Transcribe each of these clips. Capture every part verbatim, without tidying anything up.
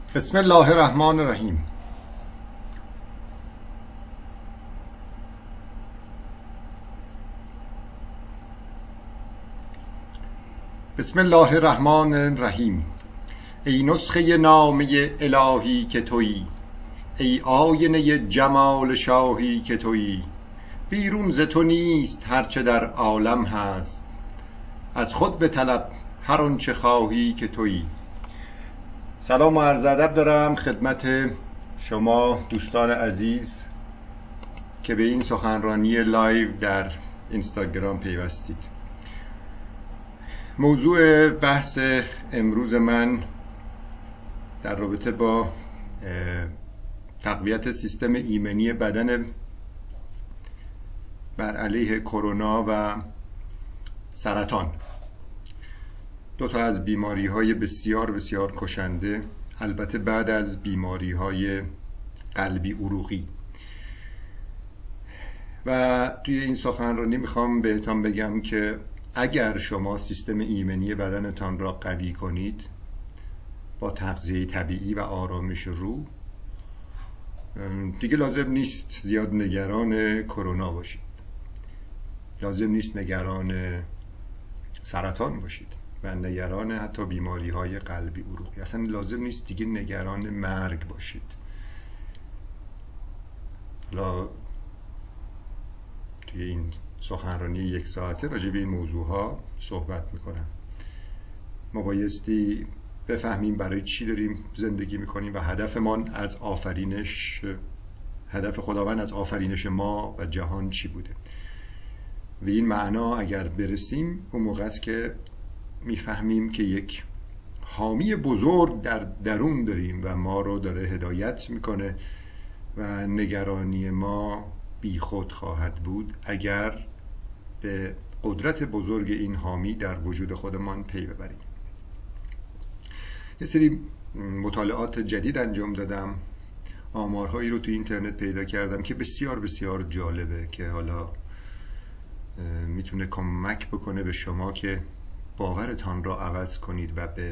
بسم الله الرحمن الرحیم. بسم الله الرحمن الرحیم. ای نسخه نامه الهی که تویی، ای آینه جمال شاهی که تویی، بیرون ز تو نیست هرچه در عالم هست، از خود بطلب هر آنچه خواهی که تویی. سلام و عرض ادب دارم خدمت شما دوستان عزیز که به این سخنرانی لایو در اینستاگرام پیوستید. موضوع بحث امروز من در رابطه با تقویت سیستم ایمنی بدن بر علیه کرونا و سرطان، دو تا از بیماری های بسیار بسیار کشنده، البته بعد از بیماری های قلبی عروقی. و توی این سخنرانی میخوام بهتان بگم که اگر شما سیستم ایمنی بدنتان را قوی کنید با تغذیه طبیعی و آرامش روح، دیگه لازم نیست زیاد نگران کرونا باشید، لازم نیست نگران سرطان باشید و نگران حتی بیماری های قلبی عروقی، اصلا لازم نیست دیگه نگران مرگ باشید. حالا توی این سخنرانی یک ساعته راجع به این موضوع ها صحبت میکنم. ما بایستی بفهمیم برای چی داریم زندگی میکنیم و هدفمان از آفرینش، هدف خداوند از آفرینش ما و جهان چی بوده. و این معنا اگر برسیم، اون موقع است که میفهمیم که یک حامی بزرگ در درون داریم و ما رو داره هدایت میکنه و نگرانی ما بی خود خواهد بود اگر به قدرت بزرگ این حامی در وجود خودمان پی ببریم. یه سری مطالعات جدید انجام دادم، آمارهایی رو تو اینترنت پیدا کردم که بسیار بسیار جالبه، که حالا میتونه کمک بکنه به شما که باورتان را عوض کنید و به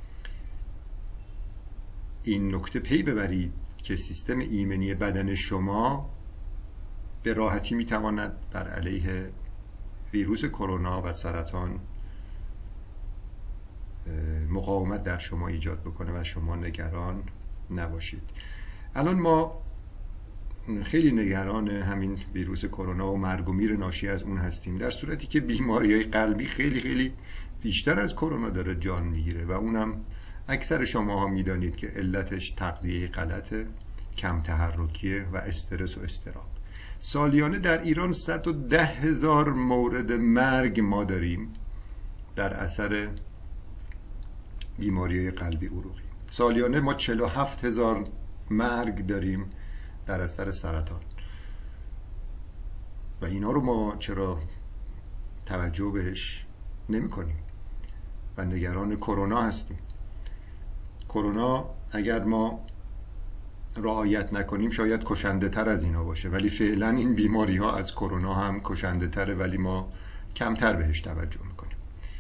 این نکته پی ببرید که سیستم ایمنی بدن شما به راحتی میتواند بر علیه ویروس کرونا و سرطان مقاومت در شما ایجاد بکنه و شما نگران نباشید. الان ما خیلی نگران همین ویروس کرونا و مرگ و میر ناشی از اون هستیم، در صورتی که بیماری‌های قلبی خیلی خیلی بیشتر از کرونا داره جان میگیره و اونم اکثر شماها میدانید که علتش تغذیه غلطه، کم تحرکیه و استرس و اضطراب. سالیانه در ایران صد و ده هزار مورد مرگ ما داریم در اثر بیماری قلبی عروقی. سالیانه ما چهل و هفت هزار مرگ داریم در اثر سرطان. و اینا رو ما چرا توجه بهش نمی کنیم و نگران کرونا هستیم؟ کرونا اگر ما رعایت نکنیم شاید کشنده تر از اینا باشه، ولی فعلا این بیماری ها از کرونا هم کشنده تره، ولی ما کمتر بهش توجه میکنیم.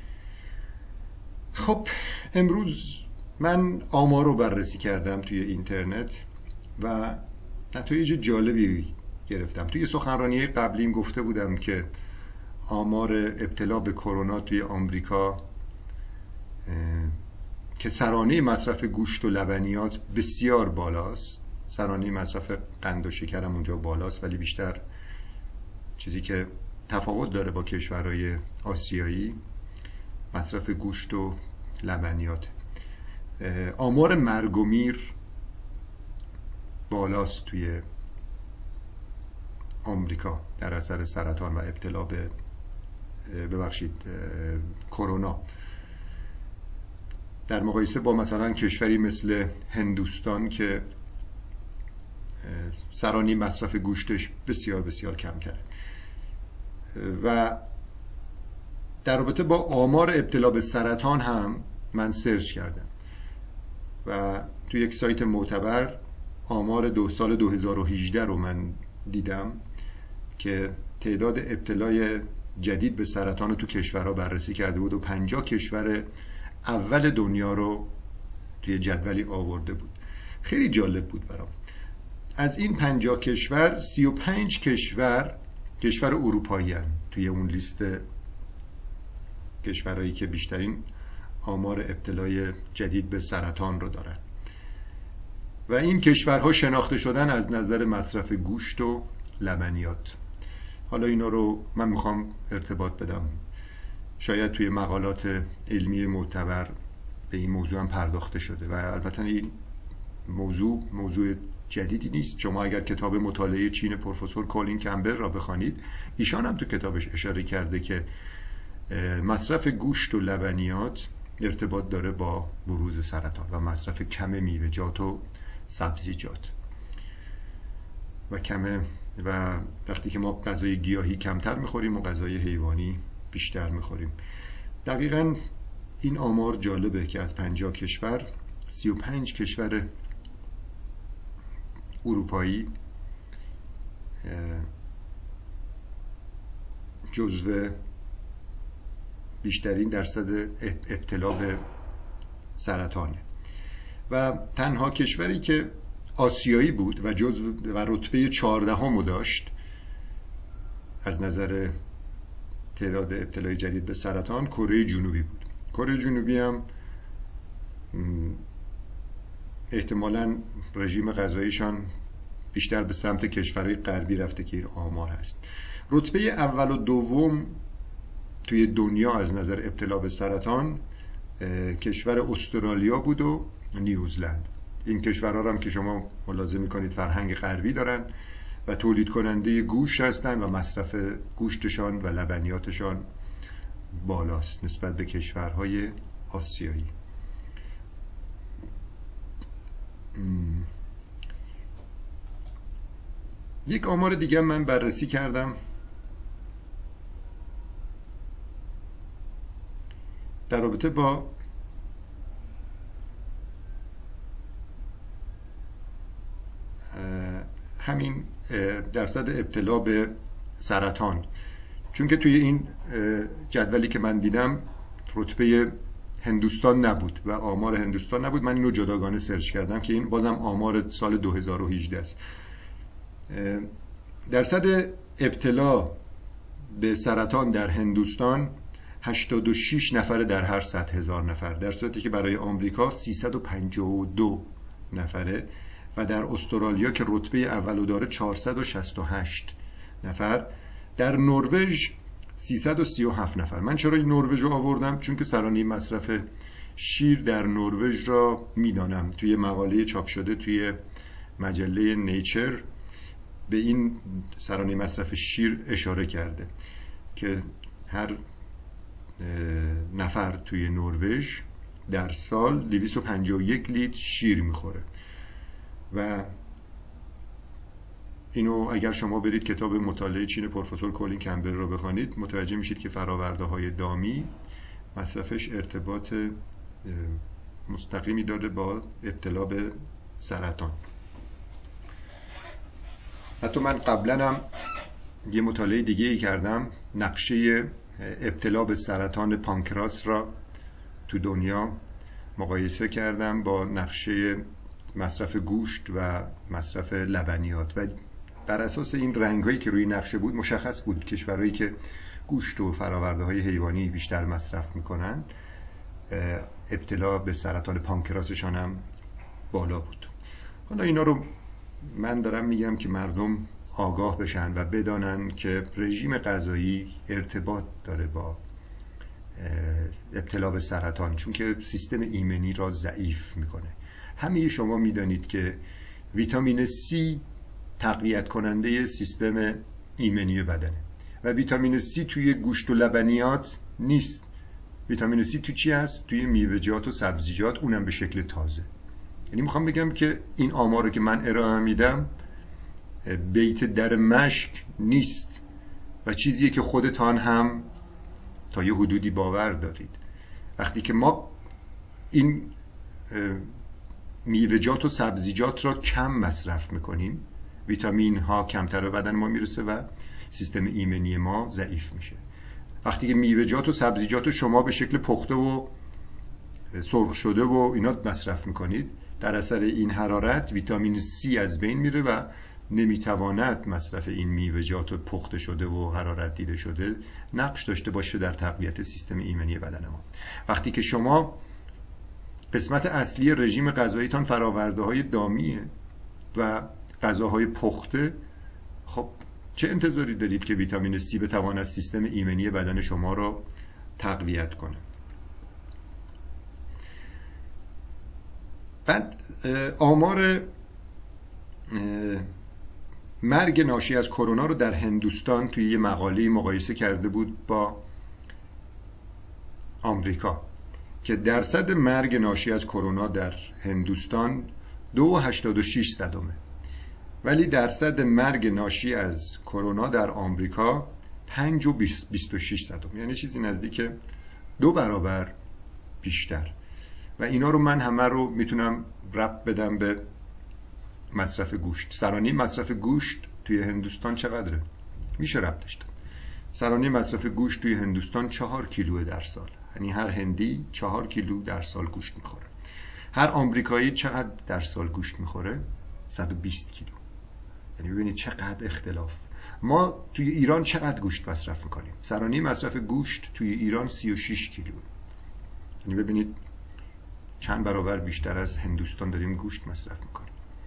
خب امروز من آمار رو بررسی کردم توی اینترنت و نتایج جالبی گرفتم. توی سخنرانی قبلیم گفته بودم که آمار ابتلا به کرونا توی آمریکا که سرانه مصرف گوشت و لبنیات بسیار بالاست، سرانه مصرف قند و شکر هم اونجا بالاست، ولی بیشتر چیزی که تفاوت داره با کشورهای آسیایی مصرف گوشت و لبنیات. آمار مرگ و میر بالاست توی آمریکا در اثر سرطان و ابتلا به ببخشید کرونا، در مقایسه با مثلا کشوری مثل هندوستان که سرانه مصرف گوشتش بسیار بسیار کمتره. و در رابطه با آمار ابتلا به سرطان هم من سرچ کردم و توی یک سایت معتبر آمار دو سال دو هزار و هجده رو من دیدم که تعداد ابتلای جدید به سرطان رو تو کشورها بررسی کرده بود و پنجاه کشور اول دنیا رو توی جدولی آورده بود. خیلی جالب بود برام. از این پنجاه کشور سی و پنج کشور کشور اروپایی هستند توی اون لیست کشورهایی که بیشترین آمار ابتلای جدید به سرطان رو دارن و این کشورها شناخته شدن از نظر مصرف گوشت و لبنیات. حالا اینا رو من میخوام ارتباط بدم، شاید توی مقالات علمی معتبر به این موضوع هم پرداخته شده و البته این موضوع موضوع جدیدی نیست. شما اگر کتاب مطالعه چین پروفسور کولین کمبل را بخوانید، ایشان هم تو کتابش اشاره کرده که مصرف گوشت و لبنیات ارتباط داره با بروز سرطان و مصرف کم میوه‌جات و سبزیجات و کم و وقتی که ما غذای گیاهی کمتر میخوریم و غذای حیوانی بیشتر میخوریم. دقیقاً این آمار جالبه که از پنجاه کشور سی و پنج کشور اروپایی جزو بیشترین درصد ابتلا به سرطانه و تنها کشوری که آسیایی بود و جزو و رتبه چهاردهم داشت از نظر تعداد ابتلای جدید به سرطان کره جنوبی بود. کره جنوبی هم احتمالاً رژیم غذاییشان بیشتر به سمت کشورهای غربی رفته که این آمار هست. رتبه اول و دوم توی دنیا از نظر ابتلا به سرطان کشور استرالیا بود و نیوزلند. این کشورها هم که شما ملاحظه می‌کنید فرهنگ غربی دارن و تولید کننده گوشت هستن و مصرف گوشتشان و لبنیاتشان بالاست نسبت به کشورهای آسیایی. یک آمار دیگه من بررسی کردم در رابطه با همین درصد ابتلا به سرطان، چون که توی این جدولی که من دیدم رتبه هندوستان نبود و آمار هندوستان نبود، من اینو جداگانه سرچ کردم که این بازم آمار سال دو هزار و هجده است. درصد ابتلا به سرطان در هندوستان هشتاد و شش نفر در هر صد هزار نفر، در صورتی که برای آمریکا سیصد و پنجاه و دو نفره و در استرالیا که رتبه اولو داره چهارصد و شصت و هشت نفر، در نروژ سیصد و سی و هفت نفر. من چرا این نروژ رو آوردم؟ چون که سرانه مصرف شیر در نروژ را میدانم. توی مقاله چاپ شده توی مجله نیچر به این سرانه مصرف شیر اشاره کرده که هر نفر توی نروژ در سال دویست و پنجاه و یک لیتر شیر میخوره و اینو اگر شما برید کتاب مطالعه چین پروفسور کولین کمبل رو بخوانید متوجه میشید که فراورده های دامی مصرفش ارتباط مستقیمی داره با ابتلا به سرطان. حتی من قبلا هم یه مطالعه دیگه ای کردم، نقشه ابتلا به سرطان پانکراس را تو دنیا مقایسه کردم با نقشه مصرف گوشت و مصرف لبنیات و بر اساس این رنگ‌هایی که روی نقشه بود مشخص بود کشورهایی که گوشت و فرآورده‌های حیوانی بیشتر مصرف میکنن ابتلا به سرطان پانکراسشان هم بالا بود. حالا اینا رو من دارم میگم که مردم آگاه بشن و بدانن که رژیم غذایی ارتباط داره با ابتلا به سرطان، چون که سیستم ایمنی را ضعیف میکنه. همه شما میدانید که ویتامین C تقویت کننده سیستم ایمنی بدنه و ویتامین C توی گوشت و لبنیات نیست. ویتامین C تو چی هست؟ توی میوه‌جات و سبزیجات، اونم به شکل تازه. یعنی میخوام بگم که این آمارو که من ارائه میدم بیت در مشک نیست و چیزیه که خودتان هم تا یه حدودی باور دارید. وقتی که ما این میوه‌جات و سبزیجات را کم مصرف میکنیم، ویتامین ها کمتر به بدن ما میرسه و سیستم ایمنی ما ضعیف میشه. وقتی که میوه‌جات و سبزیجات شما به شکل پخته و سرخ شده و اینا مصرف میکنید، در اثر این حرارت ویتامین C از بین میره و نمیتواند مصرف این میوه‌جات پخته شده و حرارت دیده شده نقش داشته باشه در تقویت سیستم ایمنی بدن ما. وقتی که شما قسمت اصلی رژیم غذاییتان فرآورده‌های دامیه و غذاهای پخته، خب چه انتظاری دارید که ویتامین C بتواند سیستم ایمنی بدن شما را تقویت کنه؟ بعد آمار مرگ ناشی از کرونا رو در هندوستان توی یه مقاله مقایسه کرده بود با آمریکا که درصد مرگ ناشی از کرونا در هندوستان دو و هشتاد و شش صدمه، ولی درصد مرگ ناشی از کرونا در آمریکا پنج و بیست و شش صدم، یعنی چیزی نزدیک دو برابر بیشتر. و اینا رو من همه رو میتونم ربط بدم به مصرف گوشت. سرانه مصرف گوشت توی هندوستان چقدره؟ میشه ربطش داد. سرانه مصرف گوشت توی هندوستان چهار کیلو در سال، یعنی هر هندی چهار کیلو در سال گوشت میخوره. هر آمریکایی چقدر در سال گوشت میخوره؟ صد و بیست کیلو. یعنی ببینید چقدر اختلاف. ما توی ایران چقدر گوشت مصرف میکنیم؟ سرانه مصرف گوشت توی ایران سی و شش کیلو. یعنی ببینید چند برابر بیشتر از هندوستان داریم گوشت مصرف میکنیم.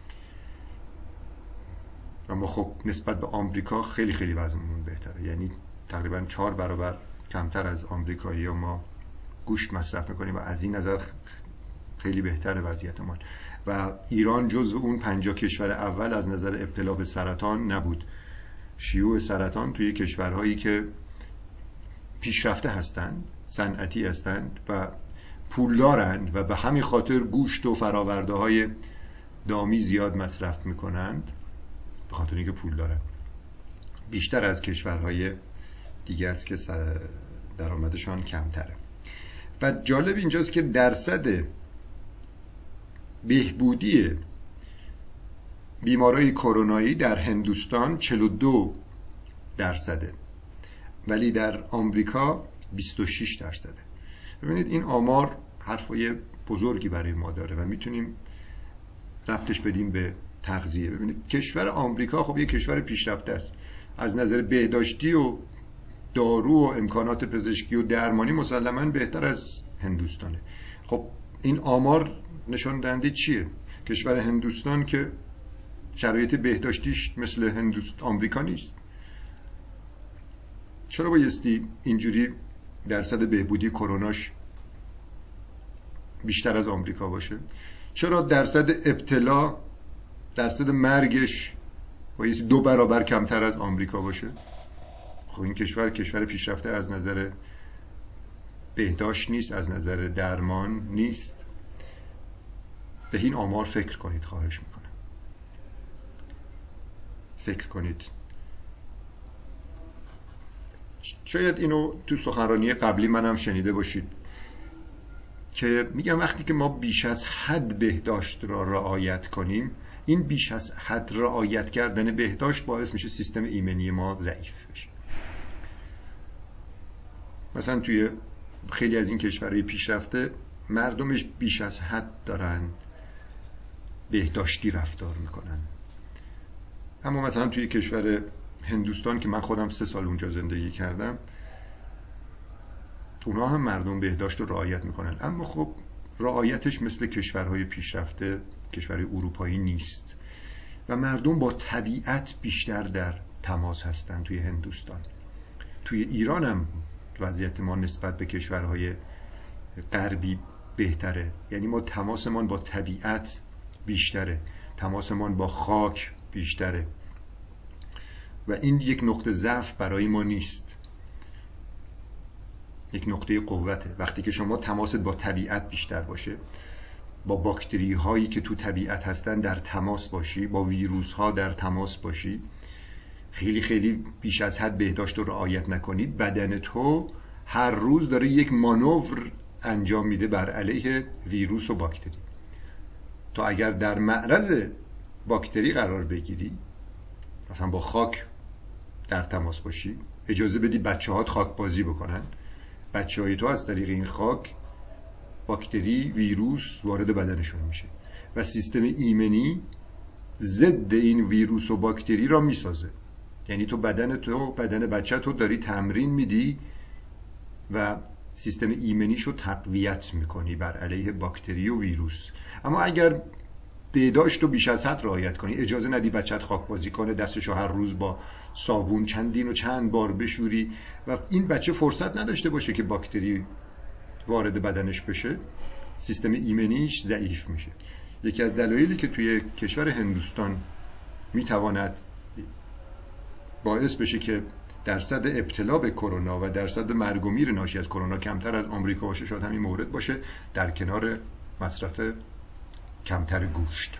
اما خب نسبت به آمریکا خیلی خیلی وضعمون بهتره، یعنی تقریبا چهار برابر کمتر از آمریکایی‌ها ما گوشت مصرف میکنیم و از این نظر خیلی بهتره وضعیتمون. و ایران جزو اون پنجاه کشور اول از نظر ابتلا به سرطان نبود. شیوع سرطان توی کشورهایی که پیشرفته هستند، صنعتی هستند و پولدارند و به همین خاطر گوشت و فرآورده‌های دامی زیاد مصرف میکنند، به خاطر اینکه پول دارن، بیشتر از کشورهای دیگه است که درآمدشان کمتره. و جالب اینجاست که درصد بهبودی بیماری کرونایی در هندوستان چهل و دو درصده، ولی در آمریکا بیست و شش درصده. ببینید این آمار حرفای بزرگی برای ما داره و میتونیم ربطش بدیم به تغذیه. ببینید کشور آمریکا خب یک کشور پیشرفته است، از نظر بهداشتی و دارو و امکانات پزشکی و درمانی مسلماً بهتر از هندوستانه. خب این آمار نشان دهنده چیه؟ کشور هندوستان که شرایط بهداشتیش مثل هندوست آمریکا نیست. چرا بایستی اینجوری درصد بهبودی کروناش بیشتر از آمریکا باشه؟ چرا درصد ابتلا، درصد مرگش بایستی دو برابر کمتر از آمریکا باشه؟ خب این کشور کشور پیشرفته از نظر بهداشت نیست، از نظر درمان نیست. به این آمار فکر کنید، خواهش میکنم فکر کنید. شاید اینو تو سخنرانی قبلی منم شنیده باشید که میگم وقتی که ما بیش از حد بهداشت را رعایت کنیم، این بیش از حد رعایت کردن بهداشت باعث میشه سیستم ایمنی ما ضعیف بشه. مثلا توی خیلی از این کشورهای پیشرفته مردمش بیش از حد دارن بهداشتی رفتار میکنن، اما مثلا توی کشور هندوستان که من خودم سه سال اونجا زندگی کردم، اونا هم مردم بهداشت رو رعایت میکنن، اما خب رعایتش مثل کشورهای پیشرفته، کشورهای اروپایی نیست و مردم با طبیعت بیشتر در تماس هستن توی هندوستان. توی ایران هم وضعیت ما نسبت به کشورهای غربی بهتره، یعنی ما تماسمان با طبیعت بیشتره، تماسمان با خاک بیشتره و این یک نقطه ضعف برای ما نیست، یک نقطه قوته. وقتی که شما تماست با طبیعت بیشتر باشه، با باکتری هایی که تو طبیعت هستن در تماس باشی، با ویروس ها در تماس باشی، خیلی خیلی بیش از حد بهداشت رو رعایت نکنید، بدن تو هر روز داره یک مانور انجام میده بر علیه ویروس و باکتری. تو اگر در معرض باکتری قرار بگیری، مثلا با خاک در تماس باشی، اجازه بدی بچه هات خاک بازی بکنن، بچه های تو از طریق این خاک باکتری، ویروس وارد بدنشون میشه و سیستم ایمنی ضد این ویروس و باکتری را میسازه. یعنی تو بدن تو بدن بچه تو داری تمرین میدی و سیستم ایمنیشو تقویت میکنی بر علیه باکتری و ویروس. اما اگر بهداشت رو بیش از حد رعایت کنی، اجازه ندی بچت خاک بازی کنه، دستشو هر روز با صابون چندین و چند بار بشوری و این بچه فرصت نداشته باشه که باکتری وارد بدنش بشه، سیستم ایمنیش ضعیف میشه. یکی از دلایلی که توی کشور هندوستان میتواند باعث بشه که درصد ابتلا به کرونا و درصد مرگ و میر ناشی از کرونا کمتر از آمریکا باشه، شاید همین مورد باشه، در کنار مصرف کمتر گوشت.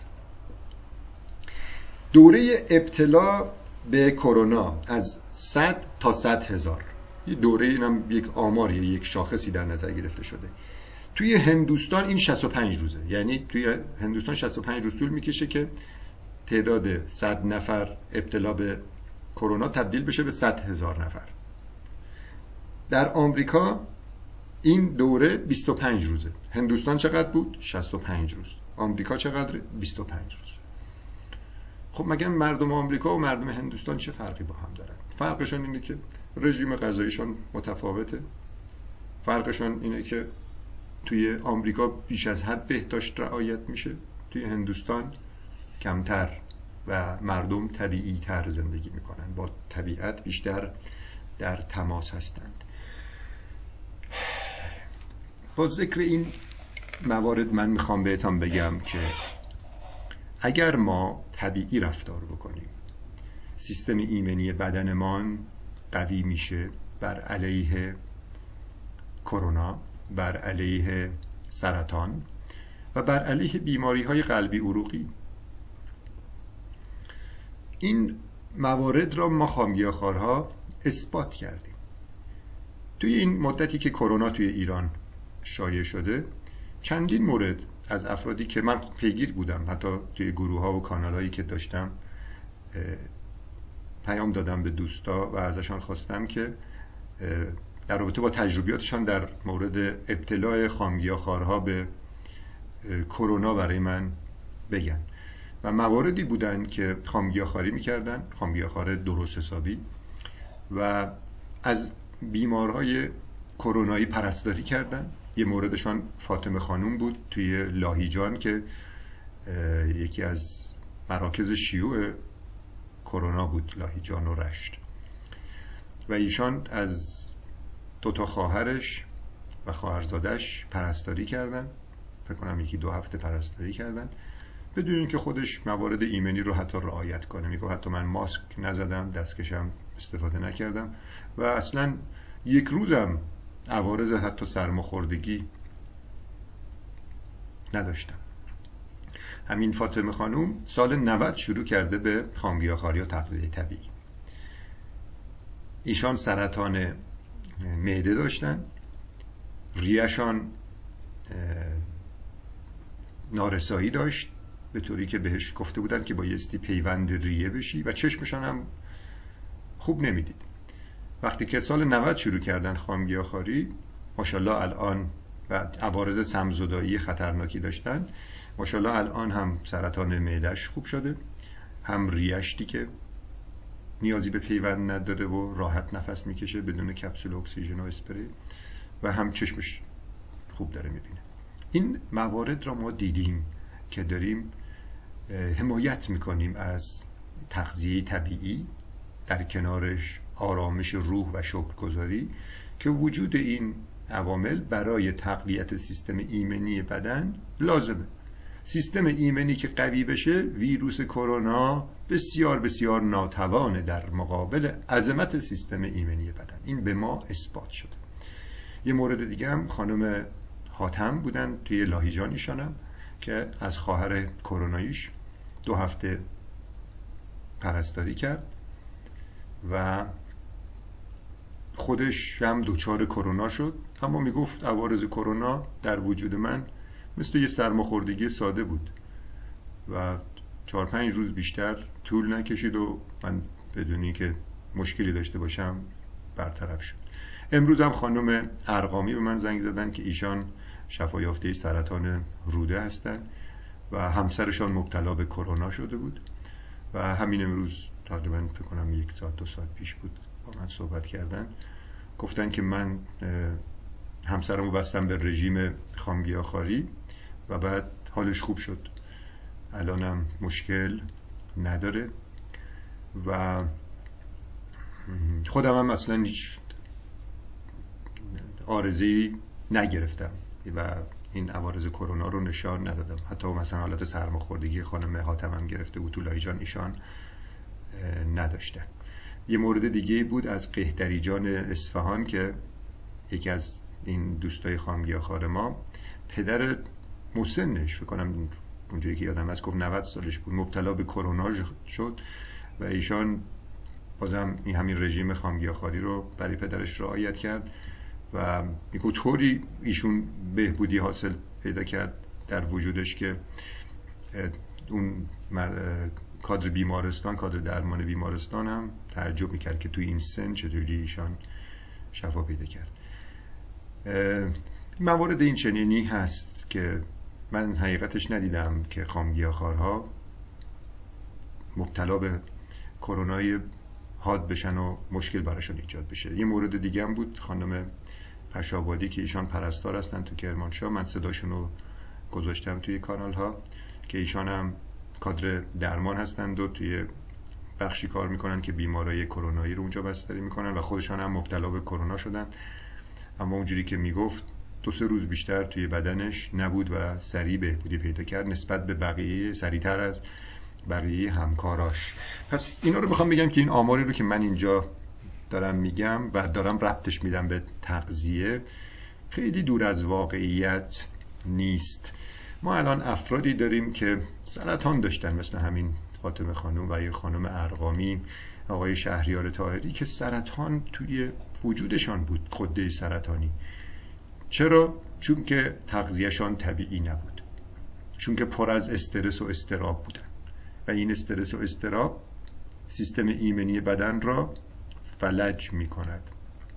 دوره ابتلا به کرونا از صد تا صد هزار، یه دوره، اینم یک آماریه، یک شاخصی در نظر گرفته شده. توی هندوستان این شصت و پنج روزه، یعنی توی هندوستان شصت و پنج روز طول میکشه که تعداد صد نفر ابتلا به کرونا تبدیل بشه به صد هزار نفر. در آمریکا این دوره بیست و پنج روزه. هندوستان چقدر بود؟ شصت و پنج روز. آمریکا چقدر؟ بیست و پنج روز. خب مگر مردم آمریکا و مردم هندوستان چه فرقی با هم دارن؟ فرقشون اینه که رژیم غذاییشون متفاوته. فرقشون اینه که توی آمریکا بیش از حد بهداشت رعایت میشه، توی هندوستان کمتر و مردم طبیعی تر زندگی میکنن، با طبیعت بیشتر در تماس هستند. با ذکر این موارد من میخوام بهتون بگم که اگر ما طبیعی رفتار بکنیم، سیستم ایمنی بدنمان قوی میشه بر علیه کرونا، بر علیه سرطان و بر علیه بیماری های قلبی عروقی. این موارد را ما خامگیاخوارها اثبات کردیم. توی این مدتی که کرونا توی ایران شایع شده، چندین مورد از افرادی که من پیگیر بودم، حتی توی گروه ها و کانال هایی که داشتم، پیام دادم به دوستا و ازشان خواستم که در رابطه با تجربیاتشان در مورد ابتلاع خامگیاخوارها به کرونا برای من بگن. و مواردی بودن که خامگیاخواری میکردن، خامگیاخوار درست حسابی، و از بیمارهای کرونایی پرستاری کردن. یه موردشان فاطمه خانوم بود توی لاهیجان که یکی از مراکز شیوع کرونا بود، لاهیجان و رشت، و ایشان از دوتا خواهرش و خواهرزادش پرستاری کردن. فکر کنم یکی دو هفته پرستاری کردن بدون اینکه خودش موارد ایمنی رو حتی رعایت کنه. میگه حتی من ماسک نزدم، دستکشم استفاده نکردم و اصلا یک روزم عوارض حتی سرماخوردگی نداشتم. همین فاطمه خانوم سال نود شروع کرده به خامگیاخواری و تغذیه طبیعی. ایشان سرطان معده داشتن، ریه‌شان نارسایی داشت به طوری که بهش گفته بودن که بایستی پیوند ریه بشی و چشمشان هم خوب نمیدید. وقتی که سال نود شروع کردن خامگیاخواری، ماشاءالله الان و عوارض سمزدایی خطرناکی داشتن، ماشاءالله الان هم سرطان معده‌اش خوب شده، هم ریه‌اش دیگه نیازی به پیوند نداره و راحت نفس میکشه بدون کپسول اکسیژن و اسپری، و هم چشمش خوب داره میبینه. این موارد را ما دیدیم که داریم حمایت میکنیم از تغذیه طبیعی، در کنارش آرامش روح و شکرگزاری که وجود این عوامل برای تقویت سیستم ایمنی بدن لازمه. سیستم ایمنی که قوی بشه، ویروس کرونا بسیار بسیار ناتوانه در مقابل عظمت سیستم ایمنی بدن. این به ما اثبات شده. یه مورد دیگه هم خانم حاتم بودن توی لاهیجان، ایشانم که از خواهر کروناییش دو هفته پرستاری کرد و خودش هم دچار کرونا شد، اما میگفت عوارض کرونا در وجود من مثل یه سرماخوردگی ساده بود و چهار پنج روز بیشتر طول نکشید و من بدون اینکه مشکلی داشته باشم برطرف شد. امروز هم خانم ارقامی به من زنگ زدن که ایشان شفایافته سرطان روده هستن و همسرشان مبتلا به کرونا شده بود و همین امروز تقریبا فکر کنم یک ساعت دو ساعت پیش بود با من صحبت کردن، گفتن که من همسرمو بستم به رژیم خامگیاخواری و بعد حالش خوب شد، الانم مشکل نداره و خودم هم اصلا هیچ عارضه‌ای نگرفتم و این عوارض کرونا رو نشان ندادم. حتی مثلا حالت سرماخوردگی خانم حاتم هم گرفته بود، طولایی جان ایشان نداشتن. یه مورد دیگه بود از قهدری جان اصفهان که یکی از این دوستای خامگیاخوار ما، پدر مسنش فکر کنم اونجوری که یادم از گفت نود سالش بود، مبتلا به کرونا شد و ایشان بازم این همین رژیم خامگیاخواری رو برای پدرش رعایت کرد و میگه طوری ایشون بهبودی حاصل پیدا کرد در وجودش که اون کادر بیمارستان، کادر درمان بیمارستان هم تعجب میکرد که توی این سن چطوری ایشان شفا پیدا کرد. موارد این چنینی هست که من حقیقتش ندیدم که خامگیاخوارها مبتلا به کرونای حاد بشن و مشکل براشون ایجاد بشه. یه مورد دیگه هم بود، خانم پشابادی که ایشان پرستار هستن تو کرمانشاه، من صداشون رو گذاشتم توی کانال ها که ایشان هم کادر درمان هستند و توی بخشی کار میکنن که بیمارای کرونایی رو اونجا بستری میکنن و خودشان هم مبتلا به کرونا شدن، اما اونجوری که میگفت دو سه روز بیشتر توی بدنش نبود و سریع بهبودی پیدا کرد نسبت به بقیه، سریعتر از بقیه همکاراش. پس اینا رو میخوام بگم که این آماری رو که من اینجا دارم میگم و دارم ربطش میدم به تغذیه خیلی دور از واقعیت نیست. ما الان افرادی داریم که سرطان داشتن، مثل همین فاطمه خانم و این خانم ارقامی، آقای شهریار طاهری که سرطان توی وجودشان بود، غده سرطانی. چرا؟ چون که تغذیهشان طبیعی نبود، چون که پر از استرس و اضطراب بودن و این استرس و اضطراب سیستم ایمنی بدن را فلج می کند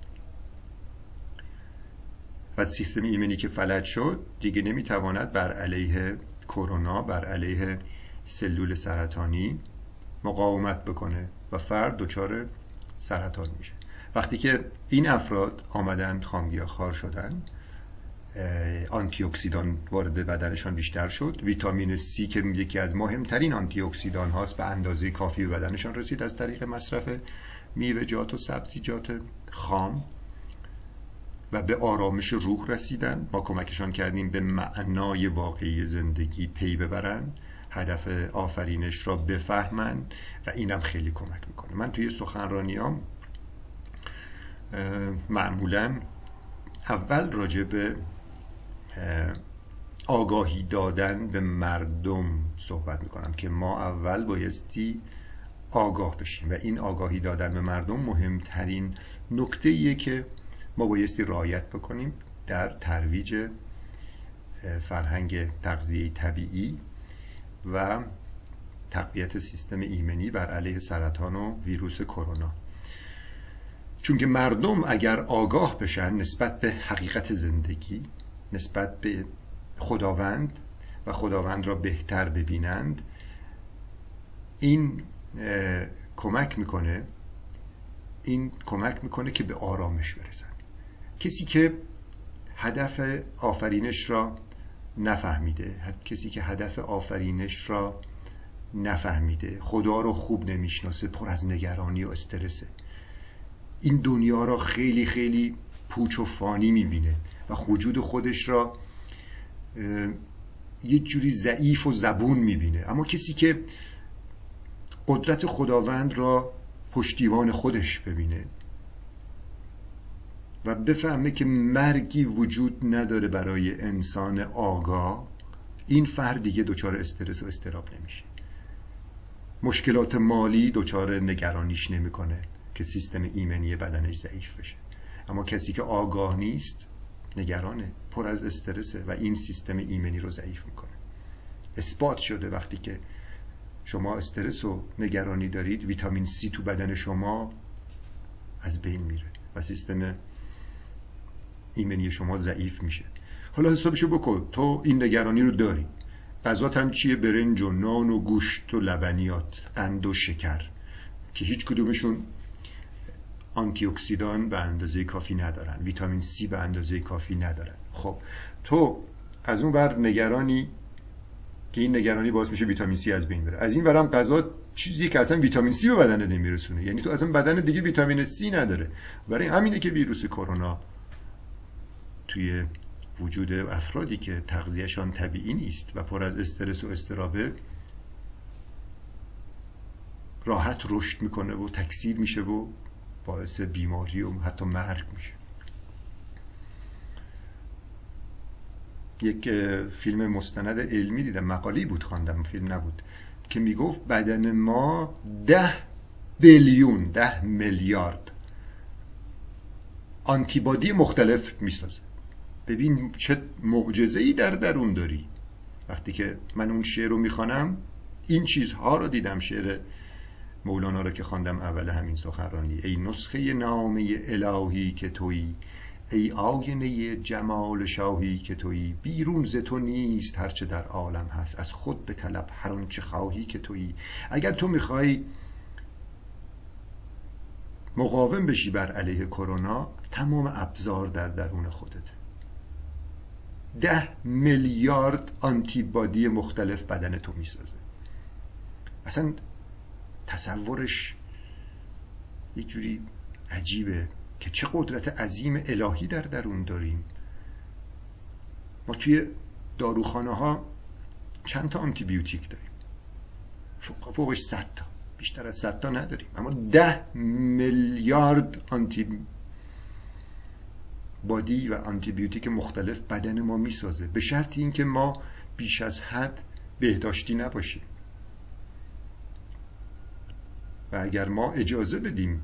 و سیستم ایمنی که فلج شد دیگه نمی تواند بر علیه کرونا، بر علیه سلول سرطانی مقاومت بکنه و فرد دچار سرطان میشه. وقتی که این افراد آمدن خامگیاخوار شدن، آنتی اکسیدان وارد بدنشان بیشتر شد، ویتامین سی که یکی از مهمترین آنتی اکسیدان هاست به اندازه کافی به بدنشان رسید از طریق مصرف میوه‌جات و سبزیجات خام و به آرامش روح رسیدن. ما کمکشان کردیم به معنای واقعی زندگی پی ببرن، هدف آفرینش را بفهمن و اینم خیلی کمک میکنه. من توی سخنرانیام معمولاً اول راجع به آگاهی دادن به مردم صحبت میکنم که ما اول بایستی آگاه بشیم و این آگاهی دادن به مردم مهمترین نکته ایه که ما بایستی رعایت بکنیم در ترویج فرهنگ تغذیه طبیعی و تقویت سیستم ایمنی بر علیه سرطان و ویروس کرونا. چون که مردم اگر آگاه بشن نسبت به حقیقت زندگی، نسبت به خداوند و خداوند را بهتر ببینند، این کمک میکنه این کمک میکنه که به آرامش برسن. کسی که هدف آفرینش را نفهمیده، کسی که هدف آفرینش را نفهمیده، خدا رو خوب نمیشناسه، پر از نگرانی و استرسه، این دنیا را خیلی خیلی پوچ و فانی میبینه و وجود خودش را یه جوری ضعیف و زبون میبینه. اما کسی که قدرت خداوند را پشتیبان خودش ببینه و بفهمه که مرگی وجود نداره برای انسان آگاه، این فرد دیگه دچار استرس و اضطراب نمیشه. مشکلات مالی دچار نگرانیش نمیکنه که سیستم ایمنی بدنش ضعیف بشه. اما کسی که آگاه نیست نگرانه، پر از استرسه و این سیستم ایمنی رو ضعیف میکنه. اثبات شده وقتی که شما استرس و نگرانی دارید، ویتامین سی تو بدن شما از بین میره و سیستم ایمنی شما ضعیف میشه. حالا حسابشو بکن، تو این نگرانی رو داری غذات هم چیه؟ برنج و نان و گوشت و لبنیات، قند و شکر، که هیچ کدومشون آنتی اکسیدان به اندازه کافی ندارن، ویتامین سی به اندازه کافی ندارن. خب تو از اون ور نگرانی که این نگرانی باعث میشه ویتامین سی از بین بره، از این ورم غذا چیزی که اصلا ویتامین سی به بدن نمیرسونه، یعنی تو اصلا بدن دیگه ویتامین سی نداره. برای همینه که ویروس کرونا توی وجود افرادی که تغذیهشان طبیعی نیست و پر از استرس و اضطرابه راحت رشد میکنه و تکثیر میشه و باعث بیماری و حتی مرگ میشه. یک فیلم مستند علمی دیدم، مقالی بود خواندم، فیلم نبود، که میگفت بدن ما ده بیلیون ده میلیارد آنتیبادی مختلف میسازه. ببین چه معجزه‌ای در درون داری. وقتی که من اون شعر رو میخوانم این چیزها رو دیدم، شعر مولانا رو که خواندم اول همین سخنرانی، ای نسخه نامه الهی که تویی، ای آینه جمال شاهی که تویی، بیرون ز تو نیست هرچه در عالم هست، از خود به طلب هر آنچه خواهی که تویی. اگر تو میخوای مقاوم بشی بر علیه کرونا، تمام ابزار در درون خودت. ده میلیارد آنتیبادی مختلف بدن تو میسازه. اصلا تصورش یه جوری عجیبه که چه قدرت عظیم الهی در درون داریم. ما توی داروخانه ها چند تا آنتی بیوتیک داریم؟ فوقش صد تا، بیشتر از صد تا نداریم، اما ده میلیارد آنتی بادی و آنتی بیوتیک مختلف بدن ما میسازه، به شرط اینکه ما بیش از حد بهداشتی نباشیم. و اگر ما اجازه بدیم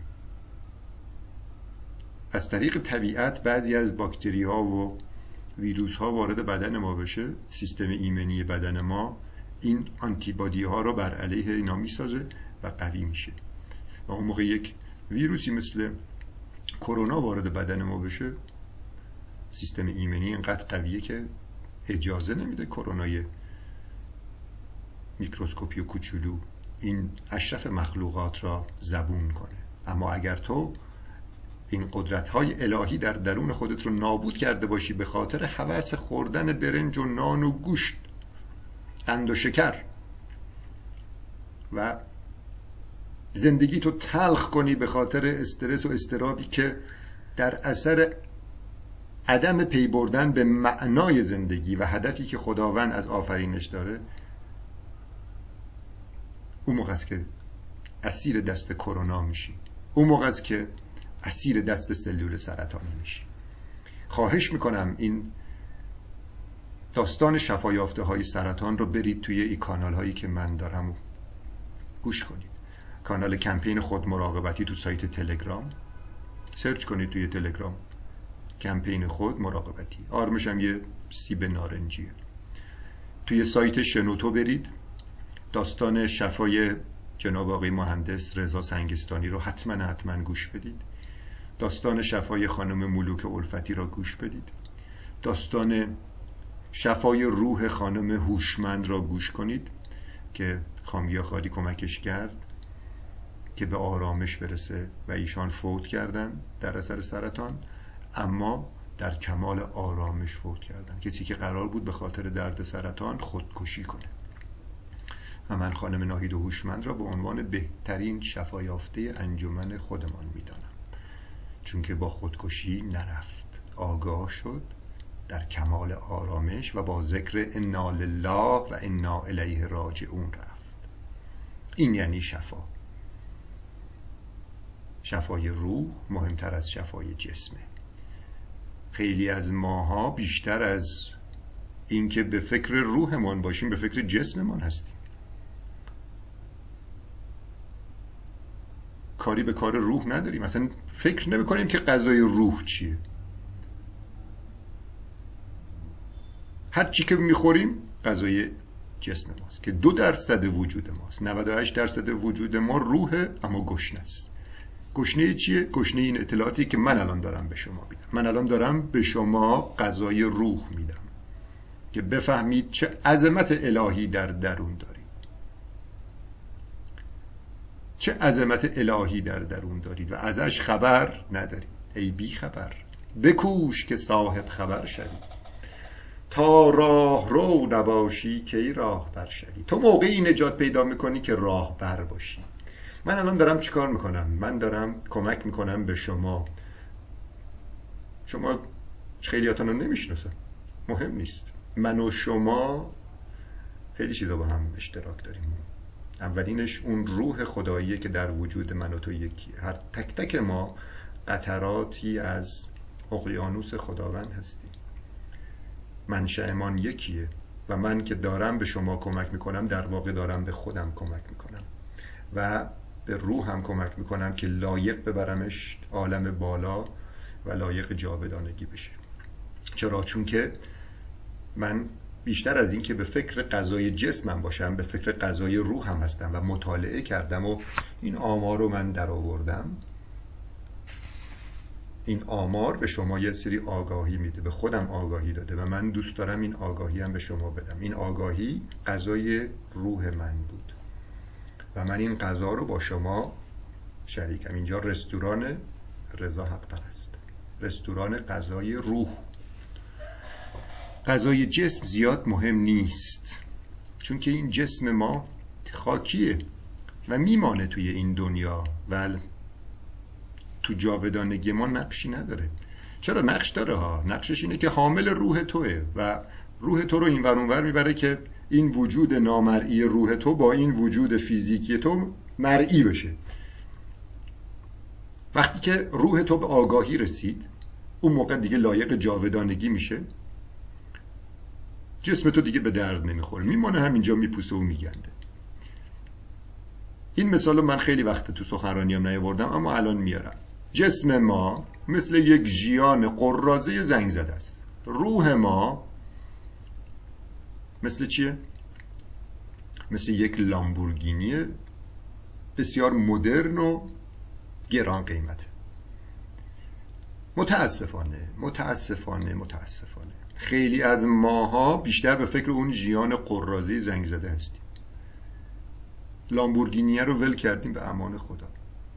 از طریق طبیعت بعضی از باکتری ها و ویروس ها وارد بدن ما بشه، سیستم ایمنی بدن ما این آنتیبادی ها رو بر علیه اینا میسازه و قوی میشه. و اون موقع یک ویروسی مثل کرونا وارد بدن ما بشه، سیستم ایمنی اینقدر قویه که اجازه نمیده کرونای میکروسکوپی و کوچولو این اشرف مخلوقات را زبون کنه. اما اگر تو این قدرت‌های الهی در درون خودت رو نابود کرده باشی به خاطر هوس خوردن برنج و نان و گوشت، قند و شکر، و زندگی تو تلخ کنی به خاطر استرس و اضطرابی که در اثر عدم پی بردن به معنای زندگی و هدفی که خداوند از آفرینش داره، اون موقع است که اسیر دست کرونا میشی، اون موقع است که اسیر دست سلول سرطانی میشی. خواهش میکنم این داستان شفایافته های سرطان رو برید توی این کانال هایی که من دارم و گوش کنید. کانال کمپین خود مراقبتی تو سایت تلگرام، سرچ کنید توی تلگرام کمپین خود مراقبتی، آرمش هم یه سیب نارنجیه. توی سایت شنوتو برید، داستان شفای جناب آقای مهندس رضا سنگستانی رو حتما حتما گوش بدید. داستان شفای خانم ملوک الفتی را گوش بدید. داستان شفای روح خانم هوشمند را گوش کنید که خامیا خالی کمکش کرد که به آرامش برسه و ایشان فوت کردن در اثر سرطان، اما در کمال آرامش فوت کردن. کسی که قرار بود به خاطر درد سرطان خودکشی کنه. و من خانم ناهید هوشمند را به عنوان بهترین شفایافته انجمن خودمان میدانم، چون که با خودکشی نرفت، آگاه شد، در کمال آرامش و با ذکر انا لله و انا الیه راجعون رفت. این یعنی شفا. شفای روح مهمتر از شفای جسمه. خیلی از ماها بیشتر از اینکه به فکر روحمان باشیم به فکر جسممان هستیم. کاری به کار روح نداریم، مثلا فکر نمی کنیم که غذای روح چیه. هر چی که میخوریم غذای جسم ماست که دو درصد وجود ماست. نود و هشت درصد وجود ما روحه، اما گشنه است. گشنه چیه؟ گشنه این اطلاعاتی که من الان دارم به شما میدم. من الان دارم به شما غذای روح میدم که بفهمید چه عظمت الهی در درون دارید، چه عظمت الهی در درون دارید و ازش خبر ندارید. ای بی خبر بکوش که صاحب خبر شوی، تا راه رو نباشی کی راه بر شوی. تو موقعی نجات پیدا میکنی که راه بر باشی. من الان دارم چیکار میکنم؟ من دارم کمک میکنم به شما. شما خیلیاتون رو نمیشناسم، مهم نیست. من و شما خیلی چیزا با هم اشتراک داریم. اولینش اون روح خداییه که در وجود من و تو یکیه. هر تک تک ما قطراتی از اقیانوس خداوند هستیم. منشأمان یکیه و من که دارم به شما کمک میکنم در واقع دارم به خودم کمک میکنم و به روحم کمک میکنم که لایق ببرمش عالم بالا و لایق جاودانگی بشه. چرا؟ چون که من بیشتر از این که به فکر غذای جسمم باشم، به فکر غذای روحم هستم و مطالعه کردم و این آمار رو من در آوردم. این آمار به شما یه سری آگاهی میده، به خودم آگاهی داده و من دوست دارم این آگاهی هم به شما بدم. این آگاهی غذای روح من بود و من این غذا رو با شما شریکم. اینجا رستوران رضا حق پرست، رستوران غذای روح. غذای جسم زیاد مهم نیست، چون که این جسم ما خاکیه و میمانه توی این دنیا و تو جاودانگی ما نقشی نداره. چرا نقش داره ها؟ نقشش اینه که حامل روح توه و روح تو رو این ور اون ور میبره که این وجود نامرئی روح تو با این وجود فیزیکی تو مرئی بشه. وقتی که روح تو به آگاهی رسید، اون موقع دیگه لایق جاودانگی میشه. جسم تو دیگه به درد نمیخوره، میمانه همینجا میپوسه و میگنده. این مثال من خیلی وقت تو سخنرانیم نیاوردم اما الان میارم. جسم ما مثل یک ژیان قراضه زنگ زده است. روح ما مثل چیه؟ مثل یک لامبورگینی بسیار مدرن و گران قیمته. متاسفانه متاسفانه متاسفانه خیلی از ماها بیشتر به فکر اون ژیان قراضه زنگ زده هستیم. لامبورگینی رو ول کردیم به امان خدا.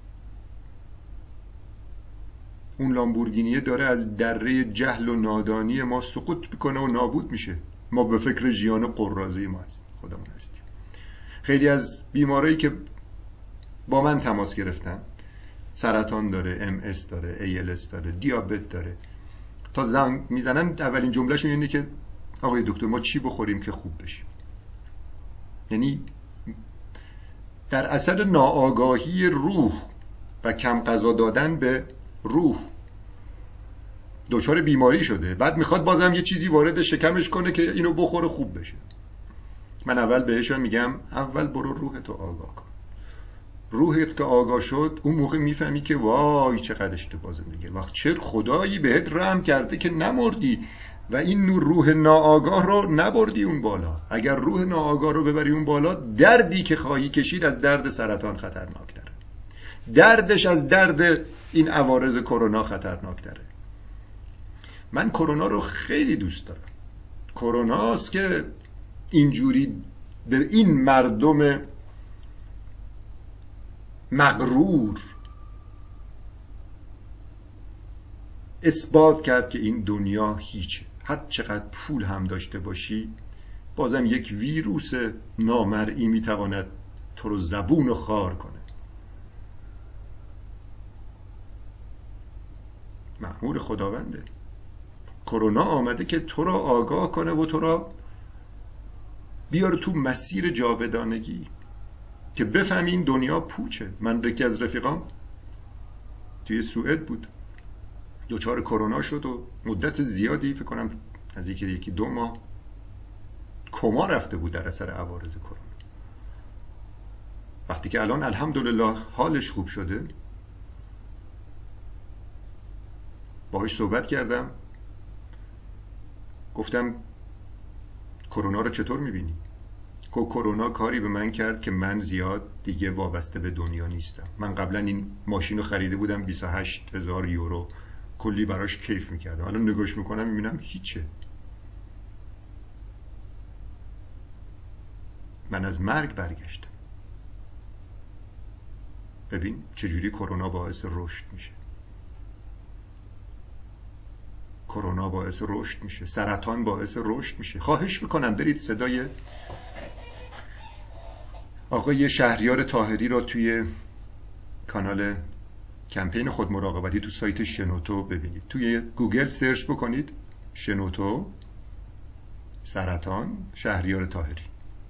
اون لامبورگینی داره از دره جهل و نادانی ما سقوط میکنه و نابود میشه. ما به فکر ژیان قراضه ما هست خودمون هستیم. خیلی از بیمارایی که با من تماس گرفتن، سرطان داره، ام اس داره، ای ال اس داره، دیابت داره، تا زنگ میزنن اولین جملهشون اینه که آقای دکتر ما چی بخوریم که خوب بشیم؟ یعنی در اثر ناآگاهی روح و کم غذا دادن به روح دچار بیماری شده، بعد میخواد بازم یه چیزی وارد شکمش کنه که اینو بخوره خوب بشه. من اول بهشون میگم اول برو روحتو آگاه کن. روحت که آگاه شد اون موقع میفهمی که وای چقدر اشتباه زندگی، وقت چه خدایی بهت رحم کرده که نمردی و این نور روح ناآگاه رو نبردی اون بالا. اگر روح ناآگاه رو ببری اون بالا، دردی که خواهی کشید از درد سرطان خطرناکتره، دردش از درد این عوارض کرونا خطرناکتره. من کرونا رو خیلی دوست دارم. کروناست که اینجوری به این مردم مغرور اثبات کرد که این دنیا هیچه. هر چقدر پول هم داشته باشی بازم یک ویروس نامرئی میتواند تو رو زبون و خار کنه. مأمور خداونده. کرونا آمده که تو را آگاه کنه و تو را بیاره تو مسیر جاودانگی که بفهمی این دنیا پوچه. من یکی از رفیقام توی سوئد بود، دچار کرونا شد و مدت زیادی فکر کنم از یکی یکی دو ماه کما رفته بود در اثر عوارض کرونا. وقتی که الان الحمدلله حالش خوب شده، باهاش صحبت کردم، گفتم کرونا رو چطور میبینی؟ که کرونا کاری به من کرد که من زیاد دیگه وابسته به دنیا نیستم. من قبلا این ماشین رو خریده بودم بیست و هشت هزار یورو، کلی براش کیف میکردم. الان نگاش میکنم میبینم هیچه. من از مرگ برگشتم. ببین چجوری کرونا باعث رشد میشه. کرونا باعث رشد میشه، سرطان باعث رشد میشه. خواهش میکنم برید صدای آقای شهریار طاهری را توی کانال کمپین خود مراقبتی تو سایت شنوتو ببینید. توی گوگل سرچ بکنید شنوتو سرطان شهریار طاهری.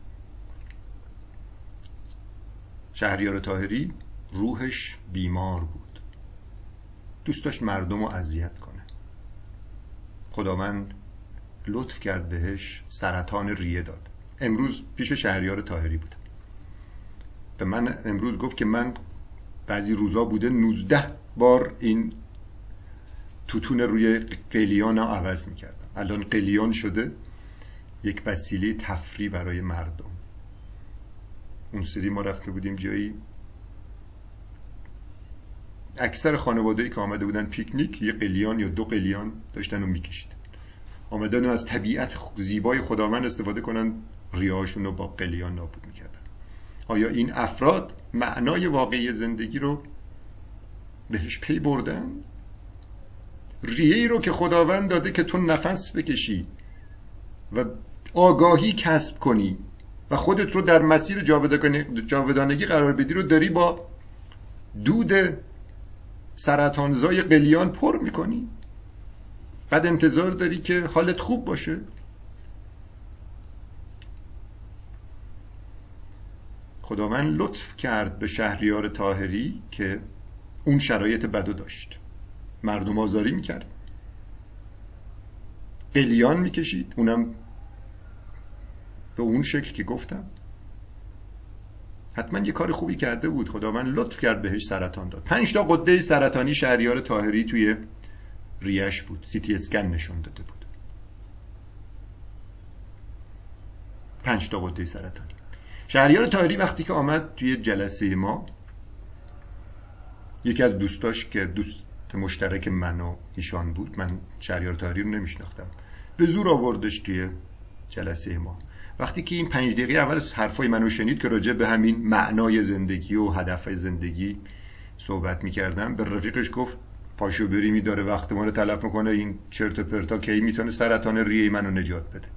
شهریار طاهری روحش بیمار بود، دوست داشت مردم رو اذیت کنه. خداوند لطف کرد بهش سرطان ریه داد. امروز پیش شهریار طاهری بودم، به من امروز گفت که من بعضی روزا بوده نوزده بار این توتون روی قلیان ها عوض میکردم. الان قلیان شده یک وسیله تفریح برای مردم. اون سری ما رفته بودیم جایی، اکثر خانواده‌ای که آمده بودن پیکنیک یه قلیان یا دو قلیان داشتن و میکشیدن. آمدن از طبیعت زیبای خداوند استفاده کنن، ریه‌هاشون رو با قلیان نابود میکردن. آیا این افراد معنای واقعی زندگی رو بهش پی بردن؟ ریه‌ای رو که خداوند داده که تو نفس بکشی و آگاهی کسب کنی و خودت رو در مسیر جاودانگی قرار بدی رو داری با دود سرطانزای قلیان پر میکنی، بعد انتظار داری که حالت خوب باشه. خداوند لطف کرد به شهریار طاهری که اون شرایط بدو داشت، مردم آزاری میکرد، قلیان میکشید، اونم به اون شکل که گفتم. حتما یه کار خوبی کرده بود. خداوند لطف کرد بهش سرطان داد. پنج تا غده سرطانی شهریار طاهری توی ریش بود، سی تی اسکن نشون داده بود. پنج تا غده سرطانی. شهریار طاهری وقتی که آمد توی جلسه ما، یکی از دوستاش که دوست مشترک من و ایشان بود، من شهریار طاهری رو نمیشناختم، به زور آوردش توی جلسه ما. وقتی که این پنج دقیقه اول حرفای منو شنید که راجع به همین معنای زندگی و هدف زندگی صحبت میکردم، به رفیقش گفت پاشو بری، داره وقت ما رو تلف میکنه، این چرت و پرتا کی میتونه سرطان ریه منو نجات بده.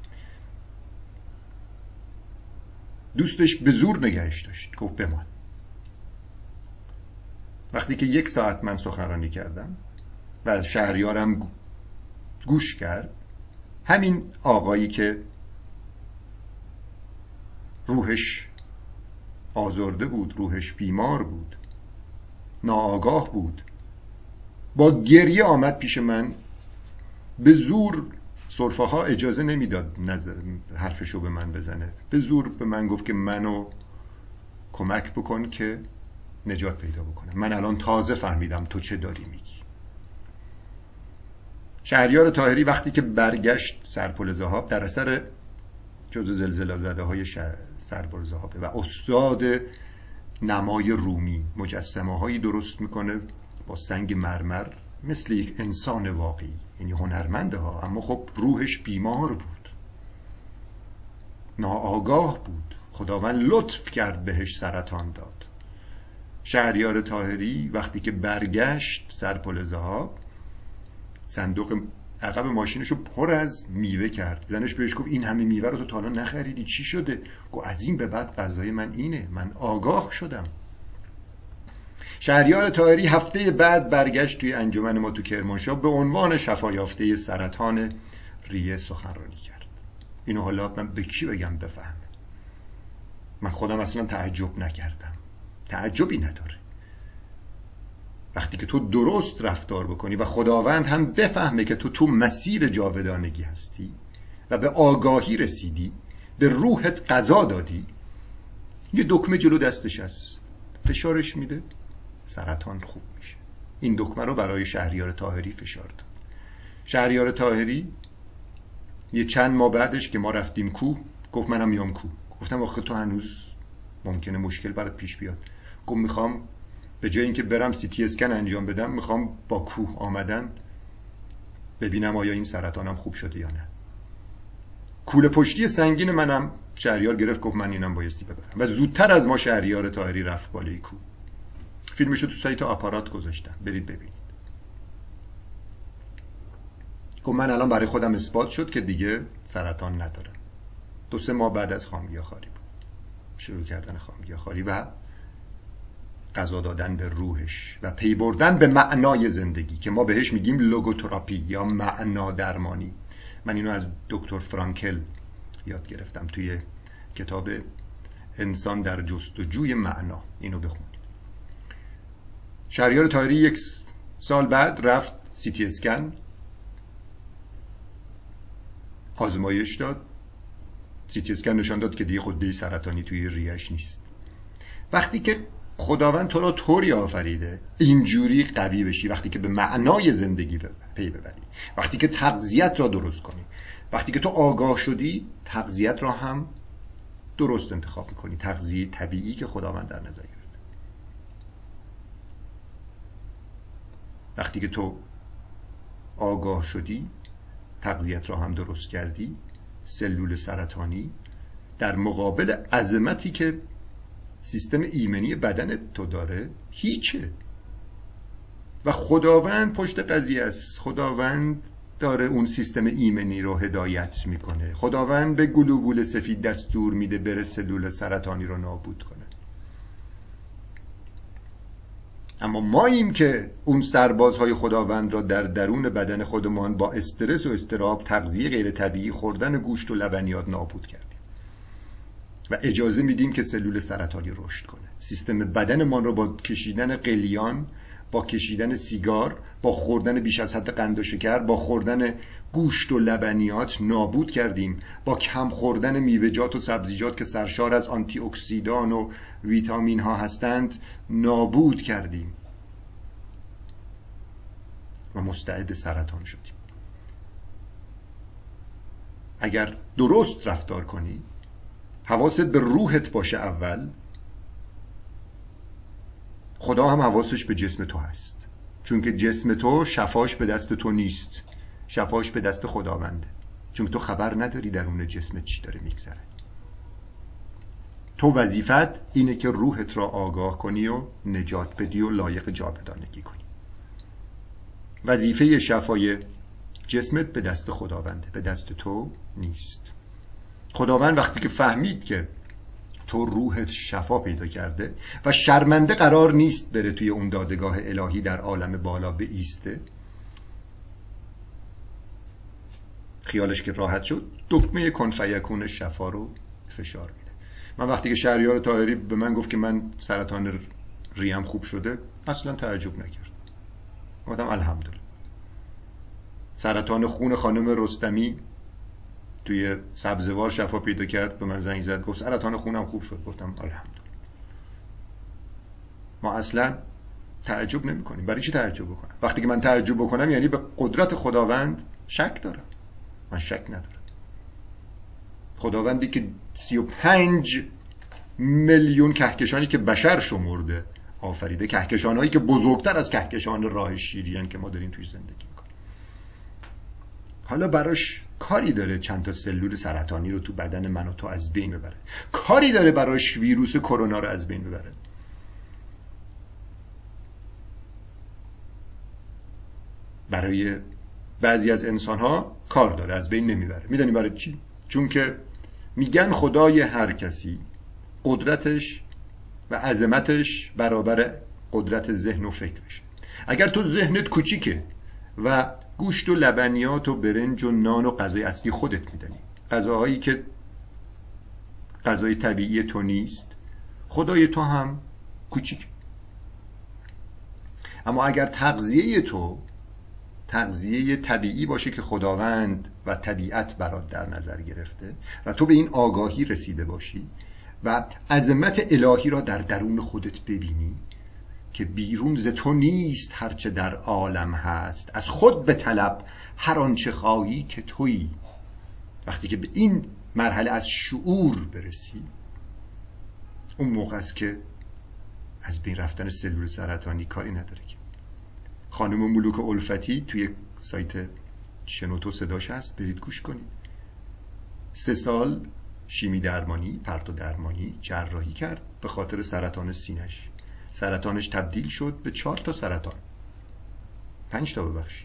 دوستش به زور نگهش داشت، گفت بمان. وقتی که یک ساعت من سخنرانی کردم و شهریارم گوش کرد، همین آقایی که روحش آزرده بود، روحش بیمار بود، ناآگاه بود، با گریه آمد پیش من. به زور سرفه ها اجازه نمیداد حرفشو به من بزنه، به زور به من گفت که منو کمک بکن که نجات پیدا بکنم. من الان تازه فهمیدم تو چه داری میگی. شهریار طاهری وقتی که برگشت سرپل ذهاب، در اثر جزء زلزله زده های سرپل ذهاب و استاد نمای رومی مجسمه هایی درست میکنه با سنگ مرمر مثل یک انسان واقعی، یعنی هنرمنده ها، اما خب روحش بیمار بود، ناآگاه بود. خداوند لطف کرد بهش سرطان داد. شهریار طاهری وقتی که برگشت سرپل ذهاب، صندوق عقب ماشینشو پر از میوه کرد. زنش بهش گفت این همه میوه رو تو تا حالا نخریدی، چی شده؟ گفت از این به بعد غذای من اینه، من آگاه شدم. شهریار طاهری هفته بعد برگشت توی انجمن ما تو کرمانشاه، به عنوان شفایافته سرطان ریه سخنرانی کرد. اینو حالا من به کی بگم بفهمه؟ من خودم اصلا تعجب نکردم، تعجبی نداره. وقتی که تو درست رفتار بکنی و خداوند هم بفهمه که تو تو مسیر جاودانگی هستی و به آگاهی رسیدی، به روحت غذا دادی، یه دکمه جلو دستش هست، فشارش میده، سرطان خوب میشه. این دکمه رو برای شهریار طاهری فشار داد. شهریار طاهری یه چند ماه بعدش که ما رفتیم کوه، گفت منم میام کوه. گفتم آخه تو هنوز ممکنه مشکل برات پیش بیاد. گفت میخوام به جای اینکه برم سی تی اسکن انجام بدم، میخوام با کوه آمدن ببینم آیا این سرطانم خوب شده یا نه. کوله پشتی سنگین منم شهریار گرفت گفت من اینم بایستی ببرم و زودتر از ما شهریار طاهری رفت بالای کوه. فیلمشو تو سایت آپارات گذاشتم، برید ببینید. گفت من الان برای خودم اثبات شد که دیگه سرطان ندارم. دو سه ماه بعد از خامگیاخواری بود، شروع کردن خامگیاخواری و غذا دادن به روحش و پی بردن به معنای زندگی که ما بهش میگیم لوگوتراپی یا معنا درمانی. من اینو از دکتر فرانکل یاد گرفتم توی کتاب انسان در جستجوی معنا، اینو بخونید. شهریار طاهری یک سال بعد رفت سی تی اسکن آزمایش داد. سی تی اسکن نشان داد که دیگه غده سرطانی توی ریه‌اش نیست. وقتی که خداوند تو را طوری آفریده اینجوری قوی بشی، وقتی که به معنای زندگی پی ببری، وقتی که تغذیت را درست کنی، وقتی که تو آگاه شدی تغذیت را هم درست انتخاب میکنی، تغذیه طبیعی که خداوند در نظر گرفته. وقتی که تو آگاه شدی تغذیت را هم درست کردی، سلول سرطانی در مقابل عظمتی که سیستم ایمنی بدن تو داره هیچه. و خداوند پشت قضیه است. خداوند داره اون سیستم ایمنی رو هدایت میکنه. خداوند به گلوبول سفید دستور میده بره سلول سرطانی رو نابود کنه. اما ماییم که اون سربازهای خداوند را در درون بدن خودمان با استرس و اضطراب، تغذیه غیر طبیعی، خوردن گوشت و لبنیات نابود کردیم و اجازه میدیم که سلول سرطانی رشد کنه. سیستم بدنمان رو با کشیدن قلیان، با کشیدن سیگار، با خوردن بیش از حد قند و شکر، با خوردن گوشت و لبنیات نابود کردیم. با کم خوردن میوه‌جات و سبزیجات که سرشار از آنتی اکسیدان و ویتامین ها هستند نابود کردیم و مستعد سرطان شدیم. اگر درست رفتار کنی، حواست به روحت باشه اول، خدا هم حواسش به جسم تو هست، چون که جسم تو شفاش به دست تو نیست، شفاش به دست خداونده، چون تو خبر نداری درون جسمت چی داره میگذره. تو وظیفت اینه که روحت را آگاه کنی و نجات بدی و لایق جاودانگی کنی. وظیفه شفای جسمت به دست خداونده، به دست تو نیست. خداوند وقتی که فهمید که تو روحت شفا پیدا کرده و شرمنده قرار نیست بره توی اون دادگاه الهی در عالم بالا به ایسته، خیالش که راحت شد، دکمه کن فیکون شفا رو فشار میده. من وقتی که شهریار طاهری به من گفت که من سرطان ریم خوب شده، اصلا تعجب نکرد. گفتم الحمدلله. سرطان خون خانم رستمی توی سبزوار شفا پیدا کرد، به من زنگ زد گفت سرطان خونم خوب شد. گفتم الحمدلله. ما اصلا تعجب نمی کنیم. برای چی تعجب بکنم؟ وقتی که من تعجب بکنم یعنی به قدرت خداوند شک دارم. من شک ندارم. خداوندی که سی و پنج میلیون کهکشانی که بشر شمرده آفریده، کهکشان‌هایی که بزرگتر از کهکشان راه شیریان که ما داریم توی زندگی میکنیم، حالا براش کاری داره چند تا سلول سرطانی رو تو بدن من و تو از بین ببره؟ کاری داره براش ویروس کرونا رو از بین ببره؟ برای بعضی از انسان‌ها کار داره، از بین نمیبره. میدونی برای چی؟ چون که میگن خدای هر کسی قدرتش و عظمتش برابر قدرت ذهن و فکرش. اگر تو ذهنت کوچیکه و گوشت و لبنیات و برنج و نان و غذای اصلی خودت میدنی، غذاهایی که غذای طبیعی تو نیست، خدای تو هم کوچیک. اما اگر تغذیه تو تغذیه طبیعی باشه که خداوند و طبیعت برات در نظر گرفته و تو به این آگاهی رسیده باشی و عظمت الهی را در درون خودت ببینی که بیرون ز تو نیست هرچه در عالم هست، از خود به طلب هر آنچه خواهی که تویی. وقتی که به این مرحله از شعور برسی، اون موقع است که از بین رفتن سلول سرطانی کاری نداره. که خانم ملوک الفتی توی سایت شنوتو صداش هست، برید گوش کنید. سه سال شیمی درمانی، پرتو درمانی، جراحی کرد به خاطر سرطان سینه‌اش. سرطانش تبدیل شد به چهار تا سرطان، پنج تا ببخشید.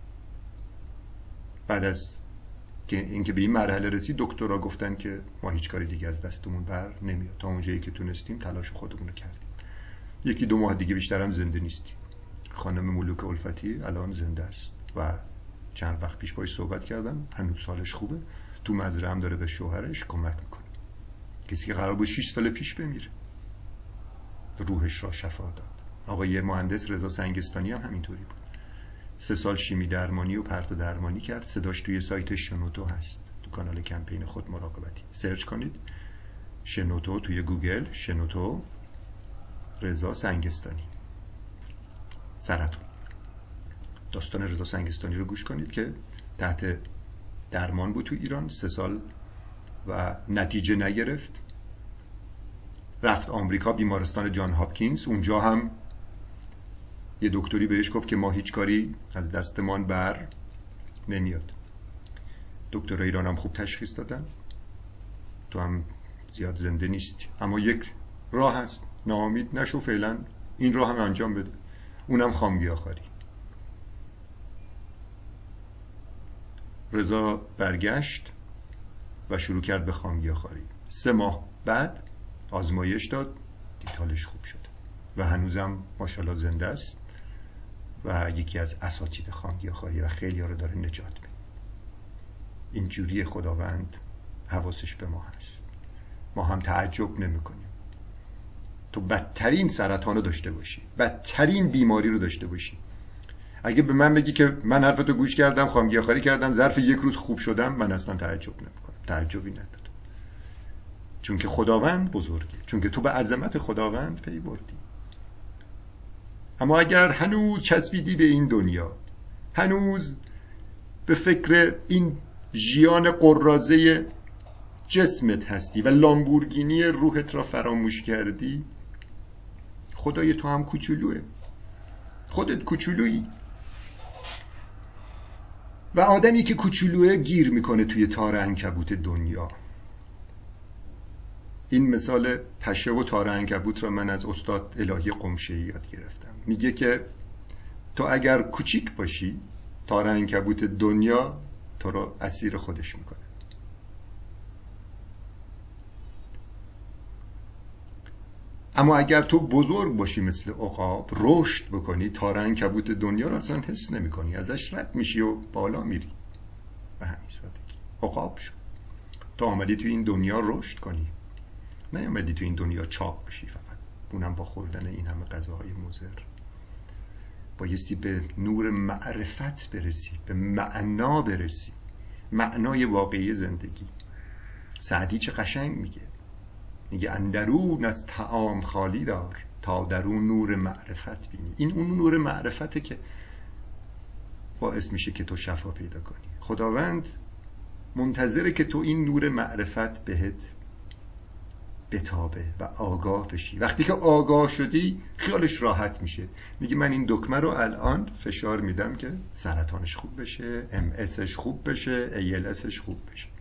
بعد از که اینکه به این مرحله رسید، دکترها گفتن که ما هیچ کاری دیگه از دستمون بر نمیاد، تا اونجایی که تونستیم تلاش خودمون رو کردیم. یکی دو ماه دیگه بیشتر هم زنده نیستیم. خانم ملوک الفتی الان زنده است و چند وقت پیش باهاش صحبت کردم، هنوز حالش خوبه، تو مزرعه هم داره به شوهرش کمک میکنه. کسی که قرار بود شش سال پیش بمیره روحش را شفا داد. آقای مهندس رضا سنگستانی هم همینطوری بود. سه سال شیمی درمانی و پرتو درمانی کرد. صداش توی سایت شنوتو هست، تو کانال کمپین خود مراقبتی سرچ کنید شنوتو توی گوگل، شنوتو رضا سنگستانی سرطان. داستان رضا سنگستانی رو گوش کنید که تحت درمان بود تو ایران سه سال و نتیجه نگرفت. رفت آمریکا، بیمارستان جان هاپکینز. اونجا هم یه دکتری بهش گفت که ما هیچ کاری از دستمان بر نمیاد. دکترای ایران هم خوب تشخیص دادن تو هم زیاد زنده نیستی، اما یک راه هست، ناامید نشو، فعلا این راه هم انجام بده، اونم خامگیاخواری. رضا برگشت و شروع کرد به خامگیاخواری. سه ماه بعد آزمایش داد، دید حالش خوب شد و هنوزم ماشاءالله زنده است و یکی از اساتید خامگیاخواری و خیلی ها رو داره نجات میده. اینجوری خداوند حواسش به ما هست، ما هم تعجب نمی کنیم. تو بدترین سرطان رو داشته باشی، بدترین بیماری رو داشته باشی، اگه به من بگی که من حرفتو گوش کردم، خامگیاخواری کردم، ظرف یک روز خوب شدم، من اصلا تعجب نمی کنم، تعجبی نداره. چون که خداوند بزرگه، چون که تو به عظمت خداوند پی بردی. اما اگر هنوز چسبیدی به این دنیا، هنوز به فکر این ژیان قرازه جسمت هستی و لامبورگینی روحت را فراموش کردی، خدای تو هم کوچولوه، خودت کوچولویی و آدمی که کوچولوه گیر میکنه توی تار عنکبوت دنیا. این مثال پشه و تار عنکبوت را من از استاد الهی قمشه‌ای یاد گرفتم. میگه که تو اگر کوچیک باشی، تار عنکبوت دنیا تو رو اسیر خودش میکنه. اما اگر تو بزرگ باشی، مثل عقاب رشد بکنی، تار عنکبوت دنیا رو اصلا حس نمی‌کنی، ازش رد میشی و بالا میری. به همین سادگی عقاب شو. تو آمدی تو این دنیا رشد کنی، نه آمدی تو این دنیا چاق بشی فقط، اونم با خوردن این همه غذاهای مضر. بایستی به نور معرفت برسی، به معنا برسی، معنای واقعی زندگی. سعدی چه قشنگ میگه، میگه اندرون از طعام خالی دار، تا درون نور معرفت بینی. این اون نور معرفته که باعث میشه که تو شفا پیدا کنی. خداوند منتظره که تو این نور معرفت بهت بتابه و آگاه بشی. وقتی که آگاه شدی خیالش راحت میشه. میگه من این دکمه رو الان فشار میدم که سرطانش خوب بشه، ام اسش خوب بشه، ای ال اسش خوب بشه،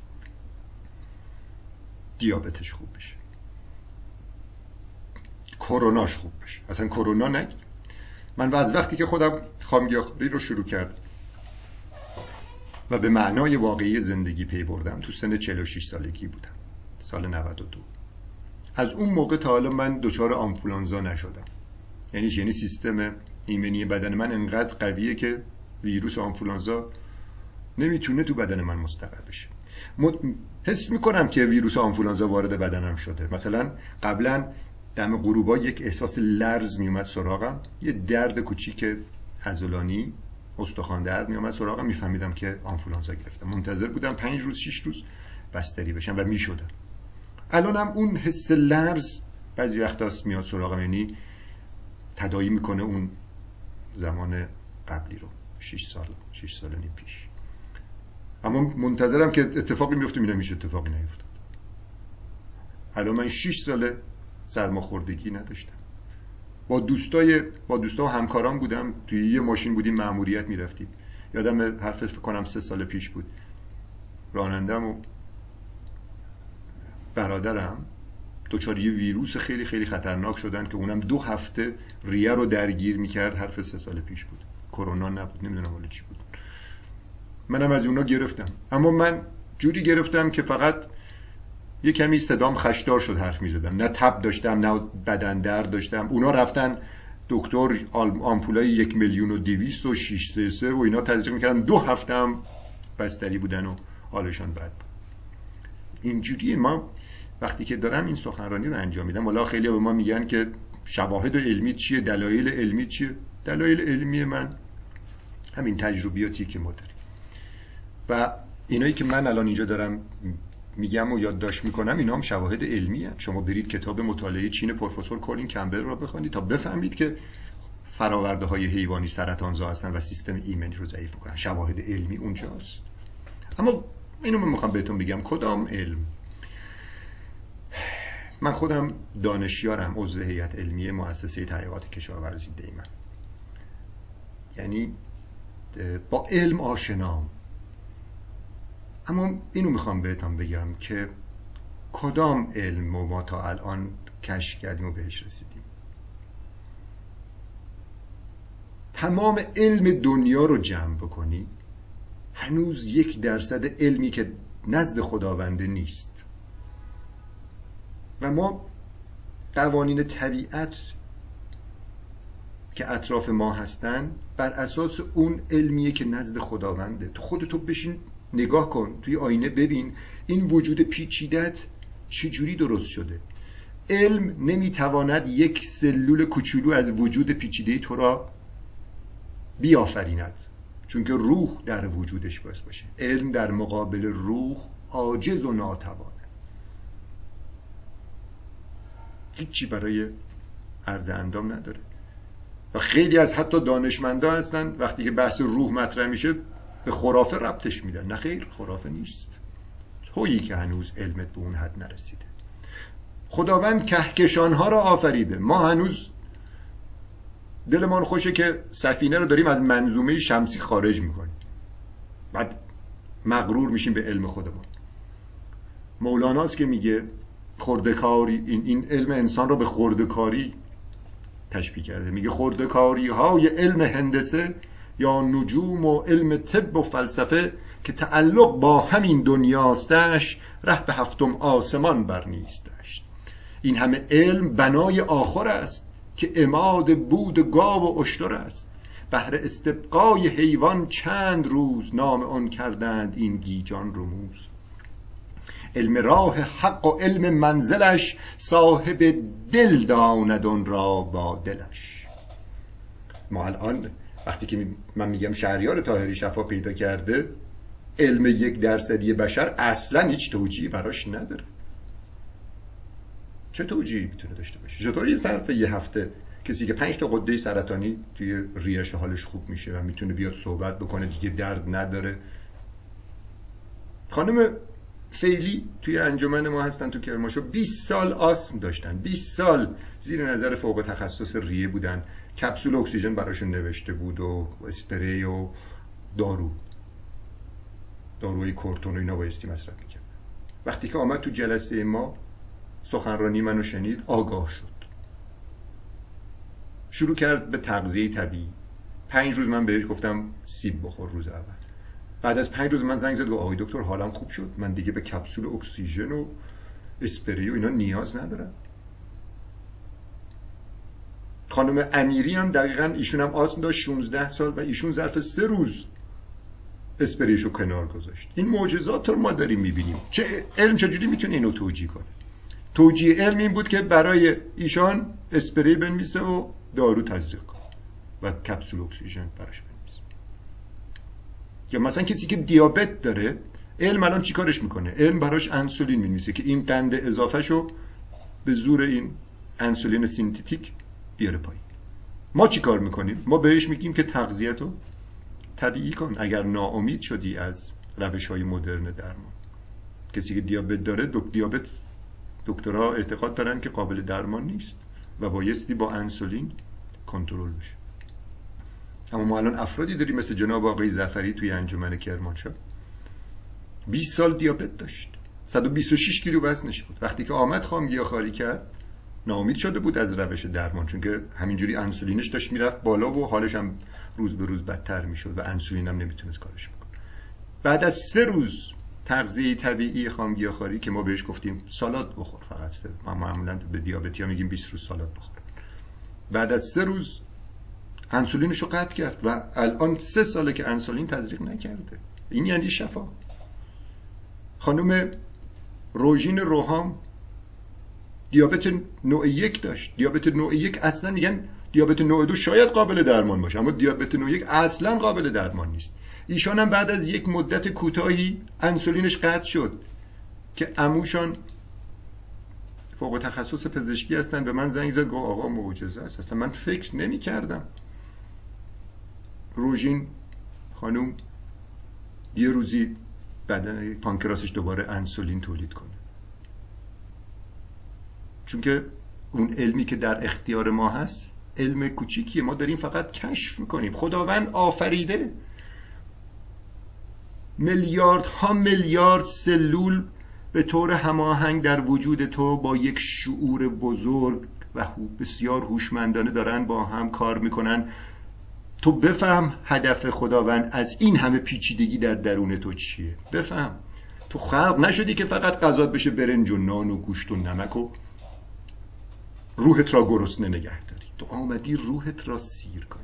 دیابتش خوب بشه، کروناش خوب بشه، اصلا کرونا نگیر. من از وقتی که خودم خامگیاخواری رو شروع کردم و به معنای واقعی زندگی پی بردم، تو سن چهل و شش سالگی بودم، سال نود و دو. از اون موقع تا حالا من دچار آنفولانزا نشدم. یعنی یعنی سیستم ایمنی بدن من انقدر قویه که ویروس آنفولانزا نمیتونه تو بدن من مستقر بشه. حس میکنم که ویروس آنفولانزا وارد بدنم شده. مثلا قبلا دم غروبا یک احساس لرز میومد سراغم، یه درد کوچیک عضلانی، استخوان درد میومد سراغم، میفهمیدم که آنفولانزا گرفتم. منتظر بودم پنج روز شش روز بستری بشم و میشدم. الانم اون حس لرز بعضی وقتاست میاد سراغم، یعنی تداعی میکنه اون زمان قبلی رو، شش سال شش سال نیم پیش. اما منتظرم که اتفاقی میفته، میبینم هیچ اتفاقی نیفتاد. الان من شش ساله سرماخوردگی نداشتم. با دوستای با دوستا و همکاران بودم، توی یه ماشین بودیم، مأموریت میرفتیم. یادم حرف فکر کنم سه سال پیش بود، رانندم و برادرم دچار یه ویروس خیلی خیلی خطرناک شدن که اونم دو هفته ریه رو درگیر میکرد. حرف سه سال پیش بود، کرونا نبود، نمیدونم حالا چی بود. منم از اونا گرفتم، اما من جوری گرفتم که فقط یه کمی صدام خشدار شد حرف میزدم، نه تب داشتم نه بدن درد داشتم. اونا رفتن دکتر آمپولای یک میلیون و دویست و شیش سه سه و اینا تزریق میکردن، دو هفته هم بستری بودن و حالشان بد بود. اینجوری ما وقتی که دارم این سخنرانی رو انجام میدم، والا خیلی به ما میگن که شواهد علمی چیه، دلایل علمی چیه. دلایل علمی من همین تجربیاتی که ما داریم و اینایی که من الان اینجا دارم میگم و یادداشت میکنم، اینا هم شواهد علمی هم. شما برید کتاب مطالعه چین پروفسور کولین کمبل رو بخونید تا بفهمید که فراورده های حیوانی سرطانزا هستن و سیستم ایمنی رو ضعیف میکنن. شواهد علمی اونجاست. اما اینو من میخوام بهتون بگم کدام علم. من خودم دانشیارم، عضو هیئت علمی مؤسسه تحقیقات کشاورزی دیمن، یعنی با علم آشنام. اما اینو میخوام بهتون بگم که کدام علم ما تا الان کشف کردیم و بهش رسیدیم. تمام علم دنیا رو جمع بکنی هنوز یک درصد علمی که نزد خداونده نیست و ما قوانین طبیعت که اطراف ما هستن بر اساس اون علمیه که نزد خداونده. تو خودتو بشین نگاه کن توی آینه، ببین این وجود پیچیدت چجوری درست شده. علم نمیتواند یک سلول کوچولو از وجود پیچیده تو را بیافریند، چون که روح در وجودش باید باشه. علم در مقابل روح عاجز و ناتوانه، هیچی برای عرض اندام نداره. و خیلی از حتی دانشمندا هستن وقتی که بحث روح مطرح میشه به خرافه ربطش میدن. نه خیر، خرافه نیست. تویی که هنوز علمت به اون حد نرسیده. خداوند کهکشانها را آفریده، ما هنوز دلمان خوشه که سفینه رو داریم از منظومه شمسی خارج میکنیم، بعد مغرور میشیم به علم خودمون. مولاناست که میگه خردکاری، این, این علم انسان رو به خردکاری تشبیه کرده. میگه خردکاری های علم هندسه یا نجوم و علم طب و فلسفه که تعلق با همین دنیاستش، ره به هفتم آسمان برنیستش. این همه علم بنای آخر است که عماد بود گاو و اشتر است. بهر استبقای حیوان چند روز نام آن کردند این گیجان رموز. علم راه حق و علم منزلش صاحب دل داند اون را با دلش. ما الان وقتی که من میگم شهریار طاهری شفا پیدا کرده، علم یک درصدی بشر اصلا هیچ توجیهی براش نداره. چه توجیهی میتونه داشته باشه؟ چطور یه ظرف یه هفته کسی که پنج تا غده سرطانی توی ریش حالش خوب میشه و میتونه بیاد صحبت بکنه، دیگه درد نداره؟ خانم فعلی توی انجمن ما هستن تو کرمانشاه، بیست سال آسم داشتن، بیست سال زیر نظر فوق تخصص ریه بودن، کپسول اکسیژن براشون نوشته بود و اسپری و دارو داروی کورتون و اینا بایستی مصرف میکرد. وقتی که آمد تو جلسه ما سخنرانی منو شنید، آگاه شد، شروع کرد به تغذیه طبیعی. پنج روز من بهش گفتم سیب بخور روز اول. بعد از پنج روز من زنگ زد و آقای دکتر حالم خوب شد، من دیگه به کپسول اکسیژن و اسپری و اینا نیاز ندارم. خانم امیری هم دقیقاً ایشون هم آسم داشت، شانزده سال، و ایشون ظرف سه روز اسپریشو کنار گذاشت. این معجزات رو ما داریم میبینیم. چه علم چجوری میتونه اینو توجیه کنه؟ توجیه علم این بود که برای ایشان اسپری بنویسه و دارو تزریق کنه و کپسول اکسیژن براش بنویسه. یا مثلا کسی که دیابت داره، علم الان چی کارش میکنه؟ علم براش انسولین مینویسه که این قند اضافه شو به زور این انسولین سینتتیک بیاره پایین. ما چی کار میکنیم؟ ما بهش میگیم که تغذیه‌تو طبیعی کن. اگر ناامید شدی از روش‌های مدرن درمان، کسی که دیابت داره، دک دیابت دکترها اعتقاد دارن که قابل درمان نیست و بایستی با انسولین کنترل بشه. اما ما الان افرادی داریم مثل جناب آقای ظفری توی انجمن کرمانشاه، بیست سال دیابت داشت، صد و بیست و شش کیلو وزنش بود. وقتی که آمد خامگیاخواری کرد ناامید شده بود از روش درمان، چون که همینجوری انسولینش داشت میرفت بالا و حالش هم روز به روز بدتر میشد و انسولین هم نمیتونست کارش بکنه. بعد از سه روز تغذیه طبیعی خامگیاخواری که ما بهش گفتیم سالاد بخور، فقط سه، ما معمولا به دیابتی‌ها میگیم بیست روز سالاد بخور، بعد از سه روز انسولینش رو قطع کرد و الان سه ساله که انسولین تزریق نکرده. این یعنی شفا. خانم روژین روهام دیابت نوع یک داشت. دیابت نوع یک اصلا میگن دیابت نوع دو شاید قابل درمان باشه، اما دیابت نوع یک اصلا قابل درمان نیست. ایشان هم بعد از یک مدت کوتاهی انسولینش قطع شد که عموشان فوق تخصص پزشکی هستن به من زنگ زد گفت آقا معجزه است، اصلا من فکر نمی کردم روژین خانوم یه روزی بدن پانکراسش دوباره انسولین تولید کنه. چون که اون علمی که در اختیار ما هست علم کوچیکیه، ما داریم فقط کشف میکنیم. خداوند آفریده میلیاردها میلیارد سلول به طور هماهنگ در وجود تو با یک شعور بزرگ و بسیار هوشمندانه دارن با هم کار میکنن. تو بفهم هدف خداوند از این همه پیچیدگی در درون تو چیه. بفهم تو خلق نشدی که فقط غذات بشه برنج و نان و گوشت و نمک و روحت را گرسنه نگه داری. تو آمدی روحت را سیر کنی.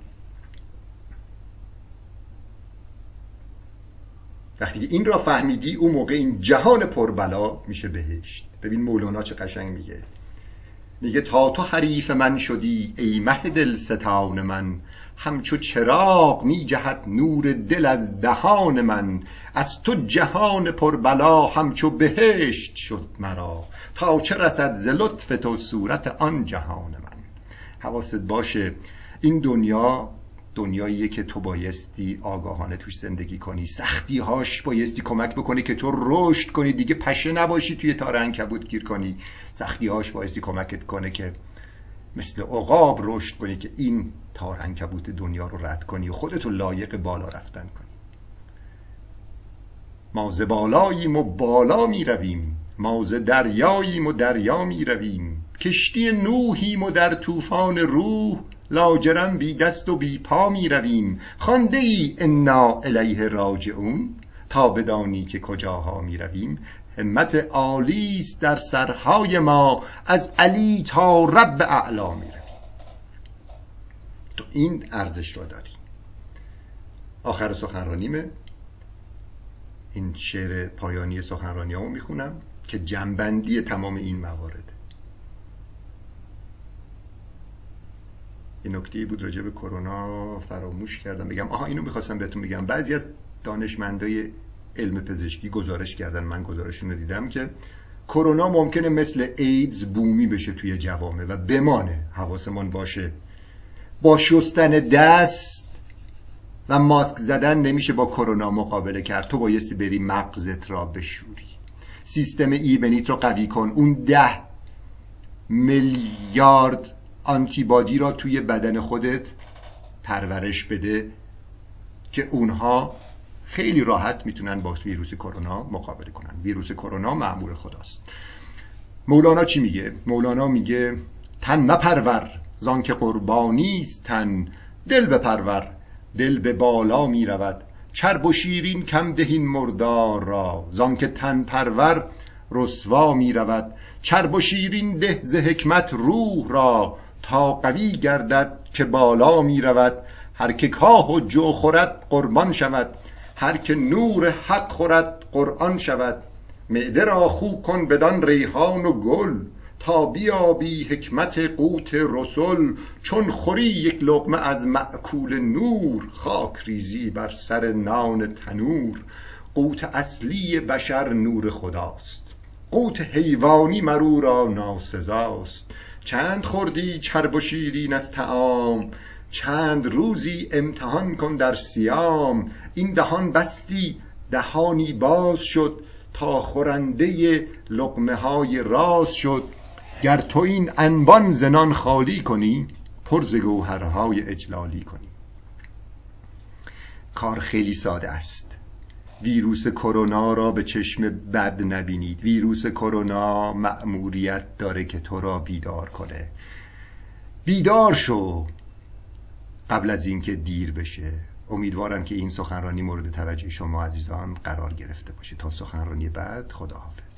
وقتی که این را فهمیدی اون موقع این جهان پربلا میشه بهشت. ببین مولانا چه قشنگ میگه، میگه تا تو حریف من شدی ای مه دل ستان من، همچو چراغ می جهد نور دل از دهان من، از تو جهان پربلا همچو بهشت شد مرا، تا چه رسد ز لطف تو صورت آن جهان من. حواست باشه این دنیا دنیاییه که تو بایستی آگاهانه توش زندگی کنی، سختی هاش بایستی کمک بکنی که تو رشد کنی، دیگه پشه نباشی توی تار عنکبوت گیر کنی. سختی هاش بایستی کمکت کنه که مثل عقاب رشد کنی که این تار عنکبوت دنیا رو رد کنی و خودتو لایق بالا رفتن کنی. ما ز بالاییم و بالا می رویم، ما ز دریاییم و دریا می رویم، کشتی نوحیم و در طوفان روح، لاجرم بی دست و بی پا می رویم. خوانده ای انا الیه راجعون، تا بدانی که کجاها می رویم. همت عالی است در سرهای ما، از علی تا رب اعلا می رویم. تو این ارزش را داری. آخر سخنرانیمه، این شعر پایانی سخنرانیامو میخونم که جنبندی تمام این موارد. یه نکته‌ای بود راجع به کرونا فراموش کردم بگم. آها اینو میخواستم بهتون بگم. بعضی از دانشمندای علم پزشکی گزارش کردن، من گزارششون رو دیدم، که کرونا ممکنه مثل ایدز بومی بشه توی جوامع و بمانه. حواسمون باشه با شستن دست و ماسک زدن نمیشه با کرونا مقابله کرد. تو بایستی بری مغزت را بشوری، سیستم ایمنیت رو قوی کن، اون ده میلیارد آنتیبادی را توی بدن خودت پرورش بده که اونها خیلی راحت میتونن با ویروس کرونا مقابله کنن. ویروس کرونا مأمور خداست. مولانا چی میگه؟ مولانا میگه تن مپرور زان که قربانی است تن، دل بپرور دل به بالا می رود. چرب و شیرین کم دهین مردار را، زان که تن پرور رسوا می رود. چرب و شیرین ده ز حکمت روح را، تا قوی گردد که بالا می رود. هر که کاه و جو خورد قربان شود، هر که نور حق خورد قرآن شود. معده را خو کن بدان ریحان و گل، تا بیابی حکمت قوت رسل. چون خوری یک لقمه از مأکول نور، خاک ریزی بر سر نان تنور. قوت اصلی بشر نور خداست، قوت حیوانی مرو را ناسزاست. چند خوردی چرب و شیرین از طعام، چند روزی امتحان کن در صیام. این دهان بستی دهانی باز شد، تا خورنده لقمه های راز شد. گر تو این انبان زنان خالی کنی، پر ز گوهرهای اجلالی کنی. کار خیلی ساده است. ویروس کرونا را به چشم بد نبینید. ویروس کرونا مأموریت داره که تو را بیدار کنه. بیدار شو قبل از اینکه دیر بشه. امیدوارم که این سخنرانی مورد توجه شما عزیزان قرار گرفته باشه. تا سخنرانی بعد، خداحافظ.